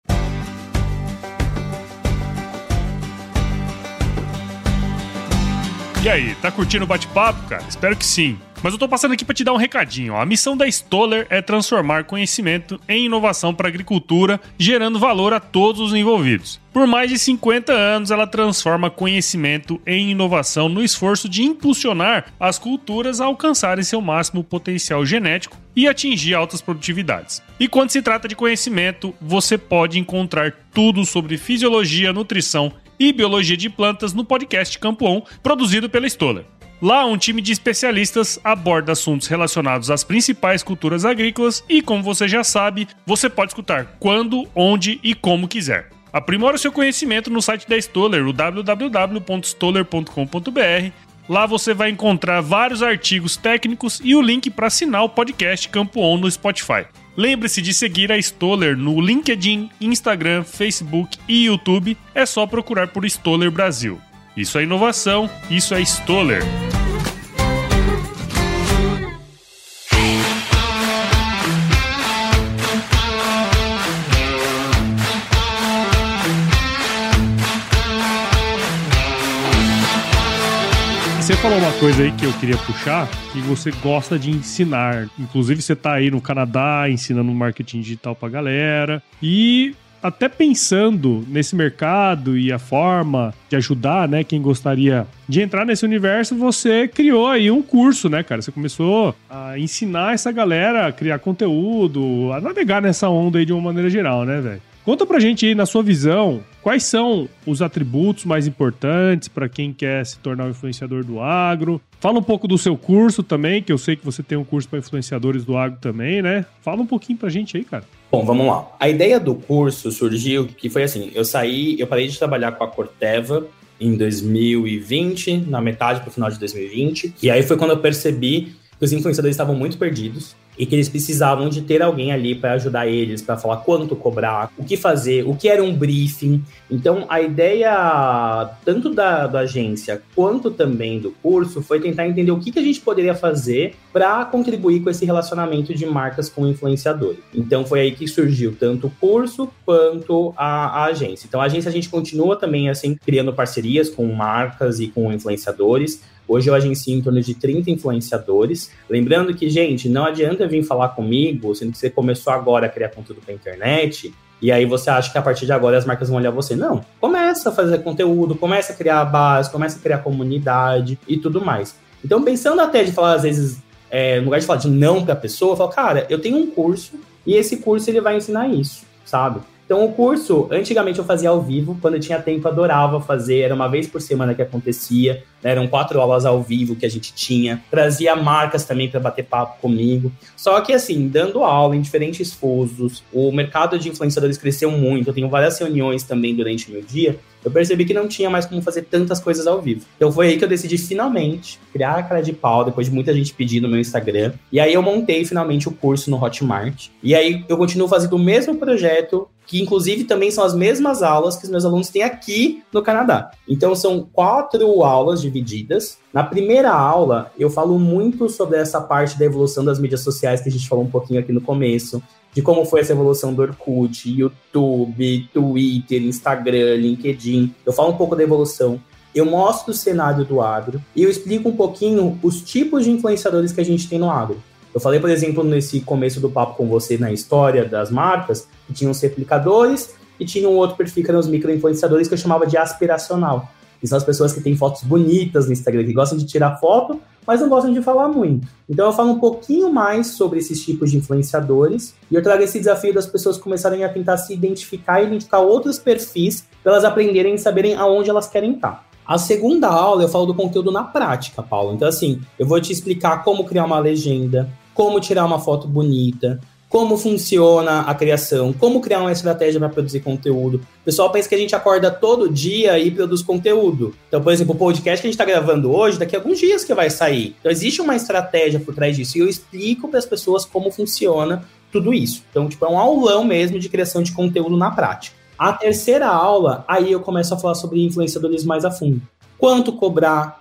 E aí, tá curtindo o bate-papo, cara? Espero que sim. Mas eu tô passando aqui para te dar um recadinho. A missão da Stoller é transformar conhecimento em inovação para a agricultura, gerando valor a todos os envolvidos. Por mais de 50 anos, ela transforma conhecimento em inovação no esforço de impulsionar as culturas a alcançarem seu máximo potencial genético e atingir altas produtividades. E quando se trata de conhecimento, você pode encontrar tudo sobre fisiologia, nutrição e biologia de plantas no podcast Campo On, produzido pela Stoller. Lá, um time de especialistas aborda assuntos relacionados às principais culturas agrícolas e, como você já sabe, você pode escutar quando, onde e como quiser. Aprimora o seu conhecimento no site da Stoller, o www.stoller.com.br. Lá você vai encontrar vários artigos técnicos e o link para assinar o podcast Campo On no Spotify. Lembre-se de seguir a Stoller no LinkedIn, Instagram, Facebook e YouTube. É só procurar por Stoller Brasil. Isso é inovação, isso é Stoller. Você falou uma coisa aí que eu queria puxar, que você gosta de ensinar. Inclusive, você tá aí no Canadá ensinando marketing digital pra galera. E até pensando nesse mercado e a forma de ajudar, né, quem gostaria de entrar nesse universo, você criou aí um curso, né, cara? Você começou a ensinar essa galera a criar conteúdo, a navegar nessa onda aí de uma maneira geral, né, velho? Conta pra gente aí, na sua visão, quais são os atributos mais importantes para quem quer se tornar um influenciador do agro. Fala um pouco do seu curso também, que eu sei que você tem um curso para influenciadores do agro também, né? Fala um pouquinho pra gente aí, cara. Bom, vamos lá. A ideia do curso surgiu que foi assim, eu parei de trabalhar com a Corteva em 2020, na metade pro final de 2020, e aí foi quando eu percebi que os influenciadores estavam muito perdidos e que eles precisavam de ter alguém ali para ajudar eles, para falar quanto cobrar, o que fazer, o que era um briefing. Então, a ideia tanto da agência quanto também do curso foi tentar entender o que a gente poderia fazer para contribuir com esse relacionamento de marcas com influenciadores. Então, foi aí que surgiu tanto o curso quanto a agência. Então, a agência a gente continua também assim criando parcerias com marcas e com influenciadores. Hoje eu agencio em torno de 30 influenciadores. Lembrando que, gente, não adianta vir falar comigo, sendo que você começou agora a criar conteúdo para internet, e aí você acha que a partir de agora as marcas vão olhar você. Não, começa a fazer conteúdo, começa a criar a base, começa a criar comunidade e tudo mais. Então, pensando até de falar, às vezes, no lugar de falar de não para a pessoa, eu falo, cara, eu tenho um curso, e esse curso ele vai ensinar isso, sabe? Então, o curso, antigamente eu fazia ao vivo, quando eu tinha tempo eu adorava fazer, era uma vez por semana que acontecia, né? Eram 4 aulas ao vivo que a gente tinha, trazia marcas também para bater papo comigo. Só que assim, dando aula em diferentes fusos, o mercado de influenciadores cresceu muito, eu tenho várias reuniões também durante o meu dia, eu percebi que não tinha mais como fazer tantas coisas ao vivo. Então foi aí que eu decidi finalmente criar a cara de pau, depois de muita gente pedir no meu Instagram. E aí eu montei finalmente o curso no Hotmart. E aí eu continuo fazendo o mesmo projeto, que inclusive também são as mesmas aulas que os meus alunos têm aqui no Canadá. Então são 4 aulas divididas. Na primeira aula, eu falo muito sobre essa parte da evolução das mídias sociais, que a gente falou um pouquinho aqui no começo, de como foi essa evolução do Orkut, YouTube, Twitter, Instagram, LinkedIn. Eu falo um pouco da evolução. Eu mostro o cenário do agro e eu explico um pouquinho os tipos de influenciadores que a gente tem no agro. Eu falei, por exemplo, nesse começo do papo com você na história das marcas, que tinham os replicadores e tinha um outro perfil que eram os micro-influenciadores que eu chamava de aspiracional. Que são as pessoas que têm fotos bonitas no Instagram, que gostam de tirar foto, mas não gostam de falar muito. Então eu falo um pouquinho mais sobre esses tipos de influenciadores e eu trago esse desafio das pessoas começarem a tentar se identificar e identificar outros perfis para elas aprenderem e saberem aonde elas querem estar. A segunda aula eu falo do conteúdo na prática, Paulo. Então assim, eu vou te explicar como criar uma legenda, como tirar uma foto bonita, como funciona a criação, como criar uma estratégia para produzir conteúdo. O pessoal pensa que a gente acorda todo dia e produz conteúdo. Então, por exemplo, o podcast que a gente está gravando hoje, daqui a alguns dias que vai sair. Então, existe uma estratégia por trás disso. E eu explico para as pessoas como funciona tudo isso. Então, tipo, é um aulão mesmo de criação de conteúdo na prática. A terceira aula, aí eu começo a falar sobre influenciadores mais a fundo. Quanto cobrar,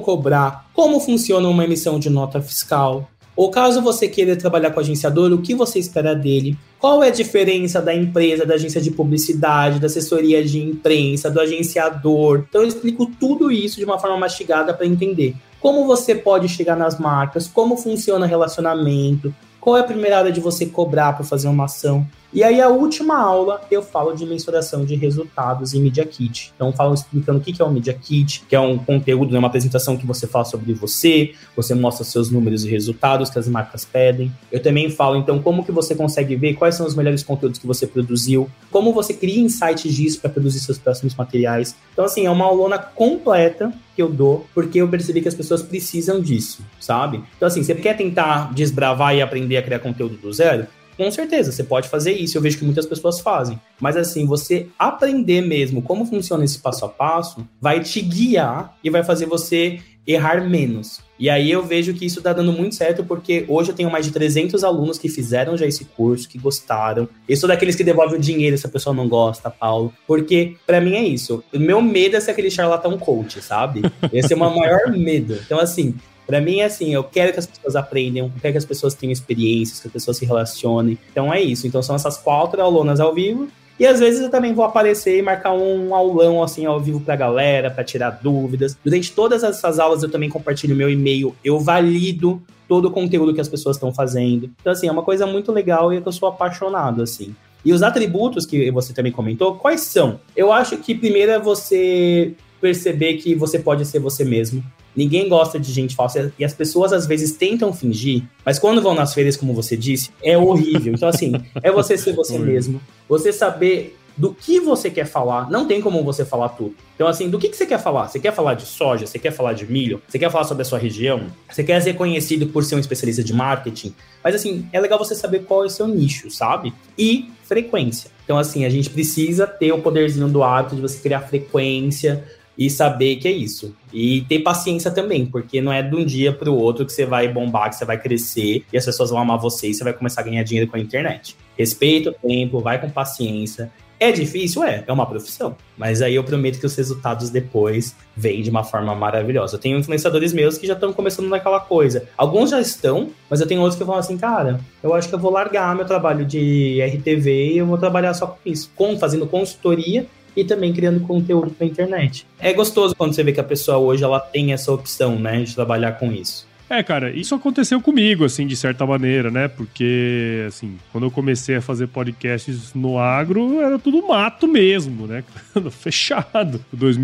como funciona uma emissão de nota fiscal. Ou caso você queira trabalhar com agenciador, o que você espera dele? Qual é a diferença da empresa, da agência de publicidade, da assessoria de imprensa, do agenciador? Então eu explico tudo isso de uma forma mastigada para entender como você pode chegar nas marcas, como funciona o relacionamento, qual é a primeira área de você cobrar para fazer uma ação. E aí a última aula eu falo de mensuração de resultados em Media Kit. Então eu falo explicando o que é um Media Kit, que é um conteúdo, uma apresentação que você fala sobre você mostra seus números e resultados que as marcas pedem. Eu também falo então como que você consegue ver quais são os melhores conteúdos que você produziu, como você cria insights disso para produzir seus próximos materiais. Então assim, é uma aulona completa que eu dou, porque eu percebi que as pessoas precisam disso, sabe? Então assim, você quer tentar desbravar e aprender a criar conteúdo do zero? Com certeza, você pode fazer isso, eu vejo que muitas pessoas fazem. Mas assim, você aprender mesmo como funciona esse passo a passo, vai te guiar e vai fazer você errar menos. E aí eu vejo que isso tá dando muito certo, porque hoje eu tenho mais de 300 alunos que fizeram já esse curso, que gostaram. Eu sou daqueles que devolvem o dinheiro se a pessoa não gosta, Paulo. Porque, pra mim, é isso. O meu medo é ser aquele charlatão coach, sabe? Esse é o meu maior medo. Então, assim, pra mim, assim, eu quero que as pessoas aprendam, eu quero que as pessoas tenham experiências, que as pessoas se relacionem. Então é isso. Então são essas 4 aulonas ao vivo. E às vezes eu também vou aparecer e marcar um aulão assim ao vivo pra galera, pra tirar dúvidas. Durante todas essas aulas eu também compartilho meu e-mail, eu valido todo o conteúdo que as pessoas estão fazendo. Então assim, é uma coisa muito legal e eu sou apaixonado, assim. E os atributos que você também comentou, quais são? Eu acho que primeiro é você perceber que você pode ser você mesmo. Ninguém gosta de gente falsa e as pessoas às vezes tentam fingir, mas quando vão nas feiras, como você disse, é horrível. Então assim, é você ser você mesmo, você saber do que você quer falar, não tem como você falar tudo. Então assim, do que você quer falar? Você quer falar de soja? Você quer falar de milho? Você quer falar sobre a sua região? Você quer ser conhecido por ser um especialista de marketing? Mas assim, é legal você saber qual é o seu nicho, sabe? E frequência. Então assim, a gente precisa ter o poderzinho do hábito de você criar frequência, e saber que é isso. E ter paciência também, porque não é de um dia para o outro que você vai bombar, que você vai crescer e as pessoas vão amar você e você vai começar a ganhar dinheiro com a internet. Respeita o tempo, vai com paciência. É difícil? É uma profissão. Mas aí eu prometo que os resultados depois vêm de uma forma maravilhosa. Eu tenho influenciadores meus que já estão começando naquela coisa. Alguns já estão, mas eu tenho outros que falam assim, cara, eu acho que eu vou largar meu trabalho de RTV e eu vou trabalhar só com isso. Fazendo consultoria e também criando conteúdo para a internet. É gostoso quando você vê que a pessoa hoje ela tem essa opção, né, de trabalhar com isso. Cara, isso aconteceu comigo, assim, de certa maneira, né? Porque, assim, quando eu comecei a fazer podcasts no agro, era tudo mato mesmo, né? Fechado.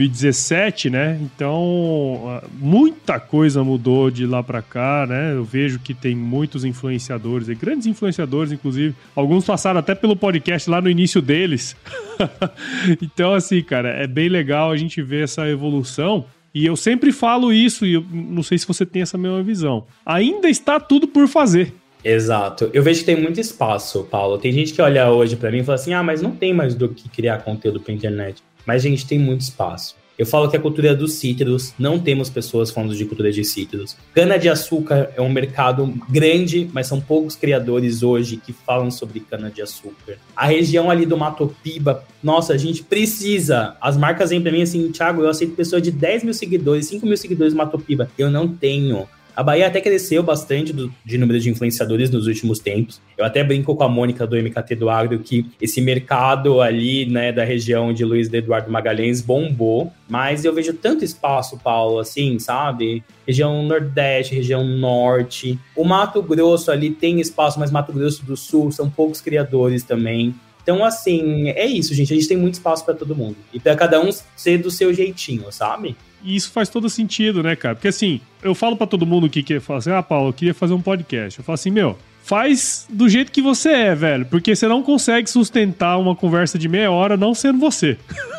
2017, né? Então, muita coisa mudou de lá pra cá, né? Eu vejo que tem muitos influenciadores, grandes influenciadores, inclusive. Alguns passaram até pelo podcast lá no início deles. Então, assim, cara, é bem legal a gente ver essa evolução. E eu sempre falo isso, e eu não sei se você tem essa mesma visão. Ainda está tudo por fazer. Exato. Eu vejo que tem muito espaço, Paulo. Tem gente que olha hoje pra mim e fala assim, mas não tem mais do que criar conteúdo pra internet. Mas, gente, tem muito espaço. Eu falo que a cultura dos cítricos, não temos pessoas falando de cultura de cítricos. Cana-de-açúcar é um mercado grande, mas são poucos criadores hoje que falam sobre cana-de-açúcar. A região ali do Mato Piba, nossa, a gente precisa. As marcas vêm pra mim assim, Thiago, eu aceito pessoa de 10 mil seguidores, 5 mil seguidores no Mato Piba. Eu não tenho. A Bahia até cresceu bastante de número de influenciadores nos últimos tempos. Eu até brinco com a Mônica do MKT do Agro que esse mercado ali, né, da região de Luiz de Eduardo Magalhães bombou. Mas eu vejo tanto espaço, Paulo, assim, sabe? Região Nordeste, região Norte. O Mato Grosso ali tem espaço, mas Mato Grosso do Sul são poucos criadores também. Então, assim, é isso, gente. A gente tem muito espaço para todo mundo. E para cada um ser do seu jeitinho, sabe? E isso faz todo sentido, né, cara? Porque assim, eu falo pra todo mundo que fala assim, Paulo, eu queria fazer um podcast. Eu falo assim, faz do jeito que você é, velho. Porque você não consegue sustentar uma conversa de meia hora não sendo você.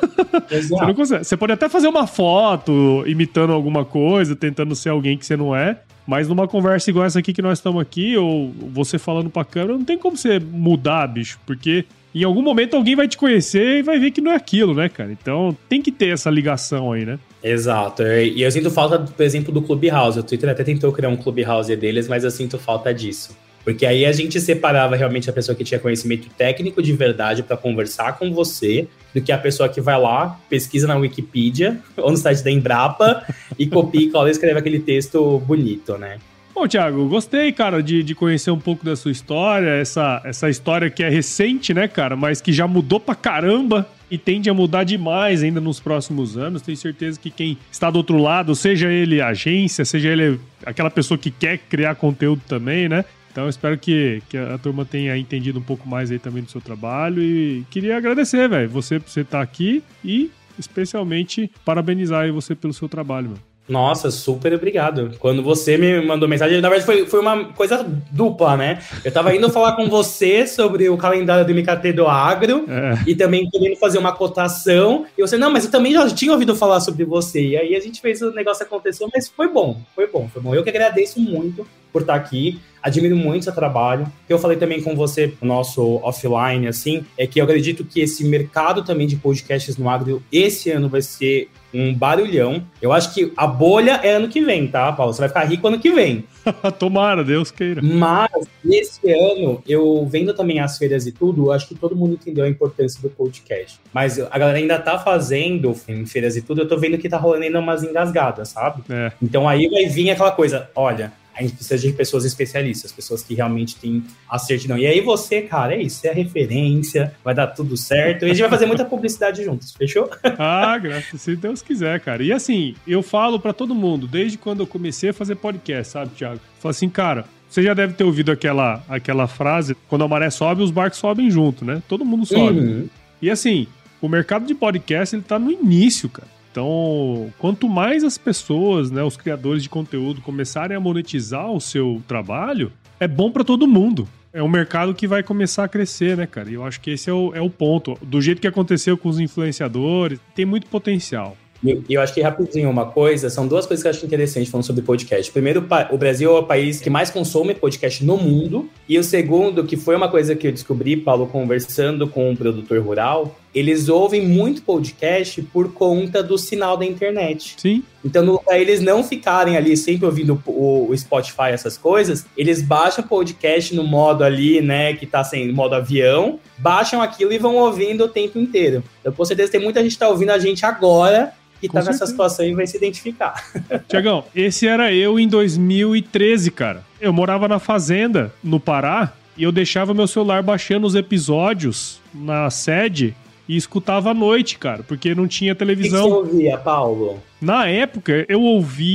Você não consegue. Você pode até fazer uma foto imitando alguma coisa, tentando ser alguém que você não é. Mas numa conversa igual essa aqui que nós estamos aqui, ou você falando pra câmera, não tem como você mudar, bicho. Porque em algum momento alguém vai te conhecer e vai ver que não é aquilo, né, cara? Então tem que ter essa ligação aí, né? Exato. E eu sinto falta, por exemplo, do Clubhouse. O Twitter até tentou criar um Clubhouse deles, mas eu sinto falta disso. Porque aí a gente separava realmente a pessoa que tinha conhecimento técnico de verdade para conversar com você, do que a pessoa que vai lá, pesquisa na Wikipedia ou no site da Embrapa e copia e cola e escreve aquele texto bonito, né? Bom, Thiago, gostei, cara, de conhecer um pouco da sua história, essa história que é recente, né, cara, mas que já mudou pra caramba e tende a mudar demais ainda nos próximos anos. Tenho certeza que quem está do outro lado, seja ele agência, seja ele aquela pessoa que quer criar conteúdo também, né? Então eu espero que a turma tenha entendido um pouco mais aí também do seu trabalho e queria agradecer, velho, você por você estar aqui e especialmente parabenizar aí você pelo seu trabalho, mano. Nossa, super obrigado. Quando você me mandou mensagem, na verdade foi uma coisa dupla, né? Eu tava indo falar com você sobre o calendário do MKT do Agro e também querendo fazer uma cotação. E você, não, mas eu também já tinha ouvido falar sobre você. E aí a gente fez o negócio acontecer, mas foi bom. Eu que agradeço muito por estar aqui. Admiro muito seu trabalho. O que eu falei também com você, no nosso offline, assim, é que eu acredito que esse mercado também de podcasts no agro, esse ano vai ser um barulhão. Eu acho que a bolha é ano que vem, tá, Paulo? Você vai ficar rico ano que vem. Tomara, Deus queira. Mas, esse ano, eu vendo também as feiras e tudo, eu acho que todo mundo entendeu a importância do podcast. Mas a galera ainda tá fazendo em feiras e tudo, eu tô vendo que tá rolando ainda umas engasgadas, sabe? Então aí vai vir aquela coisa, olha, a gente precisa de pessoas especialistas, pessoas que realmente têm a certidão. E aí você, cara, é isso, você é a referência, vai dar tudo certo. E a gente vai fazer muita publicidade juntos, fechou? Graças, se Deus quiser, cara. E assim, eu falo pra todo mundo, desde quando eu comecei a fazer podcast, sabe, Thiago? Eu falo assim, cara, você já deve ter ouvido aquela frase, quando a maré sobe, os barcos sobem junto, né? Todo mundo sobe. Uhum. E assim, o mercado de podcast, ele tá no início, cara. Então, quanto mais as pessoas, né, os criadores de conteúdo começarem a monetizar o seu trabalho, é bom para todo mundo. É um mercado que vai começar a crescer, né, cara? E eu acho que esse é o ponto. Do jeito que aconteceu com os influenciadores, tem muito potencial. E eu acho que, rapidinho, uma coisa, são duas coisas que eu acho interessante falando sobre podcast. Primeiro, o Brasil é o país que mais consome podcast no mundo. E o segundo, que foi uma coisa que eu descobri, Paulo, conversando com um produtor rural, eles ouvem muito podcast por conta do sinal da internet. Sim. Então, para eles não ficarem ali sempre ouvindo o Spotify, essas coisas, eles baixam o podcast no modo ali, né, que tá sem modo avião, baixam aquilo e vão ouvindo o tempo inteiro. Então, com certeza, tem muita gente que tá ouvindo a gente agora, que tá nessa situação e vai se identificar. Tiagão, esse era eu em 2013, cara. Eu morava na fazenda, no Pará, e eu deixava meu celular baixando os episódios na sede e escutava à noite, cara, porque não tinha televisão. O que você ouvia, Paulo? Na época, eu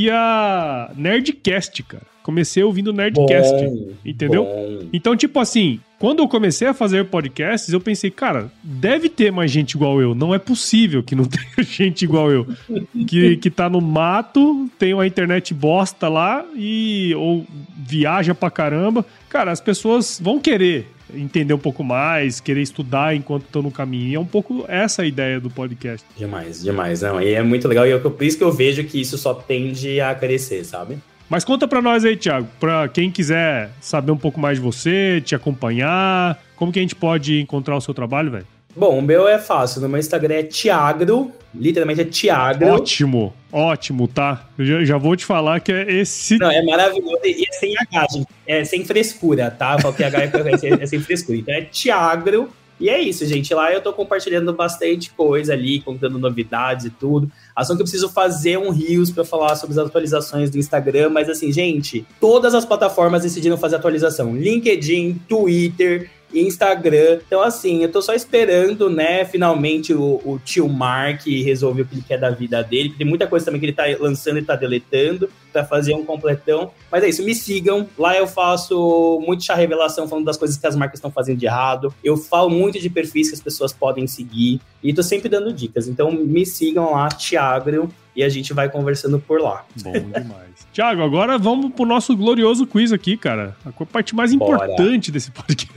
ouvia Nerdcast, cara. Comecei ouvindo Nerdcast, entendeu? Então, tipo assim, quando eu comecei a fazer podcasts, eu pensei, cara, deve ter mais gente igual eu. Não é possível que não tenha gente igual eu. que tá no mato, tem uma internet bosta lá ou viaja pra caramba. Cara, as pessoas vão querer entender um pouco mais, querer estudar enquanto estão no caminho. E é um pouco essa a ideia do podcast. Demais. Não, e é muito legal. E por isso que eu vejo que isso só tende a crescer, sabe? Mas conta pra nós aí, Thiago, pra quem quiser saber um pouco mais de você, te acompanhar, como que a gente pode encontrar o seu trabalho, velho? Bom, o meu é fácil. No meu Instagram é Thiagro. Literalmente é Thiagro. Ótimo, tá? Eu já vou te falar que é esse... Não, é maravilhoso e é sem H, gente. É sem frescura, tá? Eu falo que H é sem frescura. Então é Thiagro. E é isso, gente. Lá eu tô compartilhando bastante coisa ali, contando novidades e tudo. Acho que eu preciso fazer um Reels pra falar sobre as atualizações do Instagram. Mas assim, gente, todas as plataformas decidiram fazer atualização. LinkedIn, Twitter, Instagram. Então, assim, eu tô só esperando, né, finalmente o tio Mark resolver o que ele quer da vida dele. Tem muita coisa também que ele tá lançando e tá deletando pra fazer um completão. Mas é isso, me sigam. Lá eu faço muito chá revelação falando das coisas que as marcas estão fazendo de errado. Eu falo muito de perfis que as pessoas podem seguir. E tô sempre dando dicas. Então, me sigam lá, Thiagro, e a gente vai conversando por lá. Bom demais. Thiago, agora vamos pro nosso glorioso quiz aqui, cara. A parte mais importante desse podcast.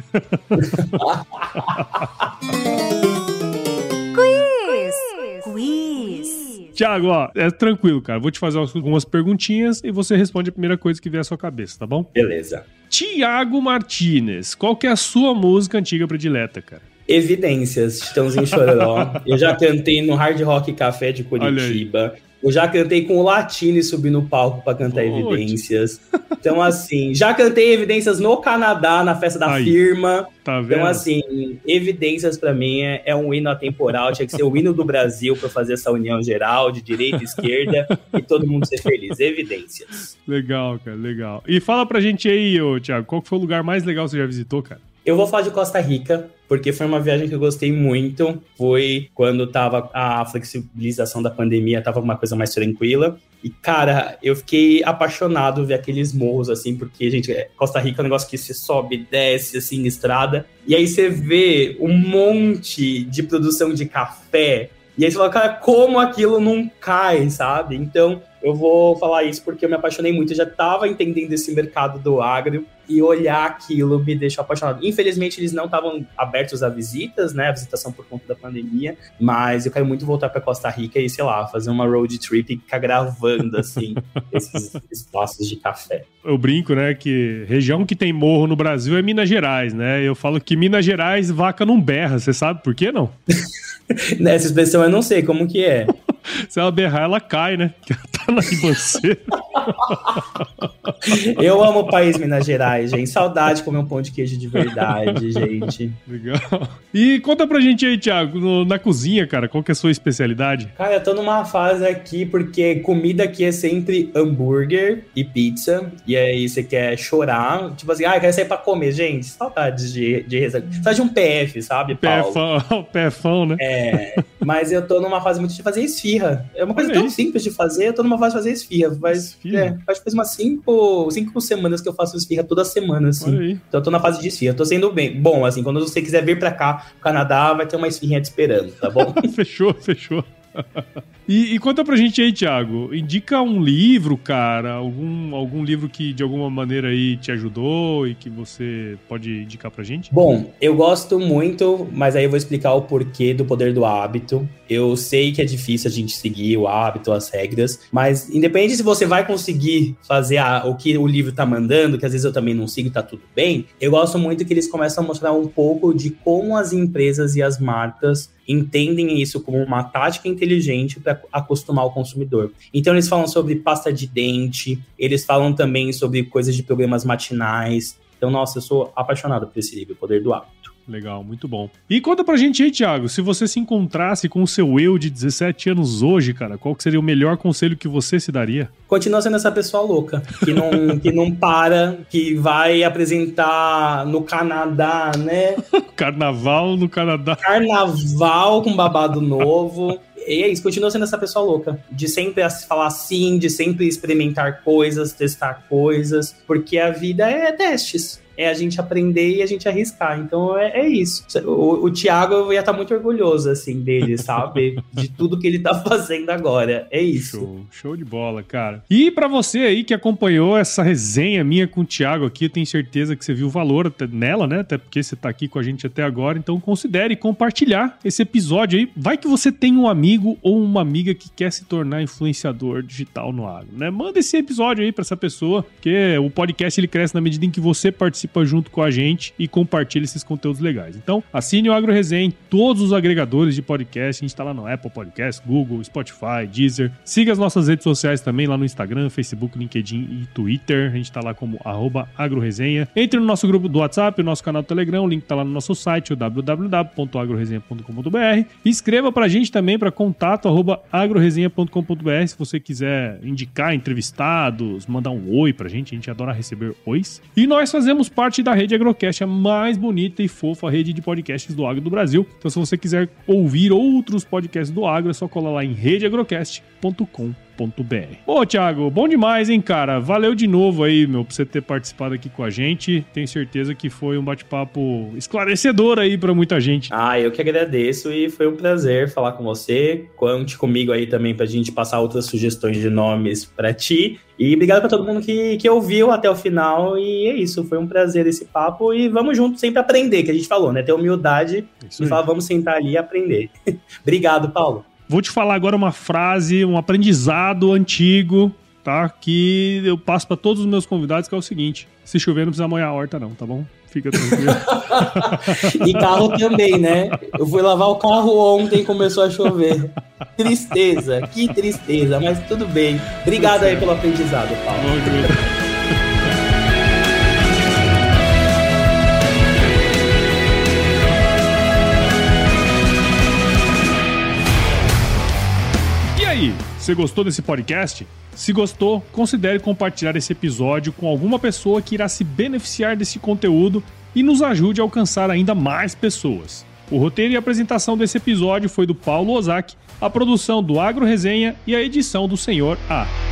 Quiz. Thiago, ó, é tranquilo, cara. Vou te fazer algumas perguntinhas e você responde a primeira coisa que vier à sua cabeça, tá bom? Beleza. Thiago Martinez, qual que é a sua música antiga predileta, cara? Evidências, Chitãozinho Chororó. Eu já cantei no Hard Rock Café de Curitiba. Eu já cantei com o Latino e subi no palco pra cantar Evidências. Então, assim, já cantei Evidências no Canadá, na festa da firma. Tá vendo? Então, assim, Evidências pra mim é um hino atemporal. Tinha que ser o hino do Brasil pra fazer essa união geral de direita e esquerda e todo mundo ser feliz. Evidências. Legal, cara, legal. E fala pra gente aí, Thiago, qual foi o lugar mais legal que você já visitou, cara? Eu vou falar de Costa Rica, porque foi uma viagem que eu gostei muito. Foi quando tava a flexibilização da pandemia, tava uma coisa mais tranquila. E, cara, eu fiquei apaixonado ver aqueles morros, assim, porque, gente, Costa Rica é um negócio que você sobe, desce, assim, estrada. E aí você vê um monte de produção de café. E aí você fala, cara, como aquilo não cai, sabe? Então, eu vou falar isso porque eu me apaixonei muito. Eu já tava entendendo esse mercado do agro e olhar aquilo me deixou apaixonado. Infelizmente, eles não estavam abertos a visitas, né? A visitação por conta da pandemia. Mas eu quero muito voltar pra Costa Rica e, sei lá, fazer uma road trip e ficar gravando, assim, esses espaços de café. Eu brinco, né, que região que tem morro no Brasil é Minas Gerais, né? Eu falo que Minas Gerais, vaca não berra. Você sabe por quê, não? Nessa expressão eu não sei como que é. Se ela berrar, ela cai, né? Porque ela tá na ribanceira. Eu amo o país Minas Gerais, gente. Saudade de comer um pão de queijo de verdade, gente. Legal. E conta pra gente aí, Thiago, na cozinha, cara, qual que é a sua especialidade? Cara, eu tô numa fase aqui porque comida aqui é sempre hambúrguer e pizza. E aí você quer chorar. Tipo assim, quero sair pra comer, gente. Saudades de receita. Saudade de um PF, sabe, Paulo? PFão, né? Mas eu tô numa fase muito de fazer esfirra. É uma coisa tão simples de fazer, eu tô numa fase de fazer esfirra. Faz umas 5 semanas que eu faço esfirra toda semana, assim. Então eu tô na fase de esfirra. Eu tô sendo bem bom, assim, quando você quiser vir pra cá, pro Canadá, vai ter uma esfirrinha te esperando, tá bom? Fechou. E conta pra gente aí, Thiago, indica um livro, cara, algum livro que de alguma maneira aí te ajudou e que você pode indicar pra gente? Bom, eu gosto muito, mas aí eu vou explicar o porquê do Poder do Hábito. Eu sei que é difícil a gente seguir o hábito, as regras, mas independente se você vai conseguir fazer o que o livro tá mandando, que às vezes eu também não sigo e tá tudo bem, eu gosto muito que eles começam a mostrar um pouco de como as empresas e as marcas entendem isso como uma tática inteligente para acostumar o consumidor. Então eles falam sobre pasta de dente, eles falam também sobre coisas de programas matinais. Então, nossa, eu sou apaixonado por esse livro, O Poder do Hábito. Legal, muito bom. E conta pra gente aí, Thiago, se você se encontrasse com o seu eu de 17 anos hoje, cara, qual que seria o melhor conselho que você se daria? Continua sendo essa pessoa louca, que não para, que vai apresentar no Canadá, né? Carnaval no Canadá. Carnaval com babado novo. E é isso, continua sendo essa pessoa louca, de sempre falar sim, de sempre experimentar coisas, testar coisas, porque a vida é testes. É a gente aprender e a gente arriscar. Então é isso. O Thiago, eu ia estar muito orgulhoso, assim, dele, sabe? De tudo que ele tá fazendo agora. É isso. Show de bola, cara. E pra você aí que acompanhou essa resenha minha com o Thiago aqui, eu tenho certeza que você viu o valor nela, né? Até porque você tá aqui com a gente até agora. Então considere compartilhar esse episódio aí. Vai que você tem um amigo ou uma amiga que quer se tornar influenciador digital no agro, né? Manda esse episódio aí pra essa pessoa, porque o podcast ele cresce na medida em que você participa participa junto com a gente e compartilha esses conteúdos legais. Então, assine o AgroResenha em todos os agregadores de podcast. A gente tá lá no Apple Podcast, Google, Spotify, Deezer. Siga as nossas redes sociais também lá no Instagram, Facebook, LinkedIn e Twitter. A gente tá lá como @agroresenha. Entre no nosso grupo do WhatsApp, o nosso canal do Telegram, o link tá lá no nosso site, o www.agroresenha.com.br. E escreva pra gente também para contato@agroresenha.com.br se você quiser indicar entrevistados, mandar um oi pra gente adora receber ois. E nós fazemos parte da Rede Agrocast, a mais bonita e fofa rede de podcasts do agro do Brasil. Então se você quiser ouvir outros podcasts do agro, é só colar lá em redeagrocast.com.br. Ô, Thiago, bom demais, hein, cara? Valeu de novo aí, meu, por você ter participado aqui com a gente. Tenho certeza que foi um bate-papo esclarecedor aí pra muita gente. Eu que agradeço e foi um prazer falar com você. Conte comigo aí também pra gente passar outras sugestões de nomes pra ti. E obrigado pra todo mundo que ouviu até o final. E é isso, foi um prazer esse papo. E vamos juntos sempre aprender, que a gente falou, né? Ter humildade e falar, vamos sentar ali e aprender. Obrigado, Paulo. Vou te falar agora uma frase, um aprendizado antigo, tá? Que eu passo para todos os meus convidados, que é o seguinte: se chover não precisa molhar a horta não, tá bom? Fica tranquilo. E carro também, né? Eu fui lavar o carro ontem e começou a chover. Tristeza, que tristeza, mas tudo bem. Obrigado aí pelo aprendizado, Paulo. Você gostou desse podcast? Se gostou, considere compartilhar esse episódio com alguma pessoa que irá se beneficiar desse conteúdo e nos ajude a alcançar ainda mais pessoas. O roteiro e a apresentação desse episódio foi do Paulo Ozaki, a produção do AgroResenha e a edição do Senhor A.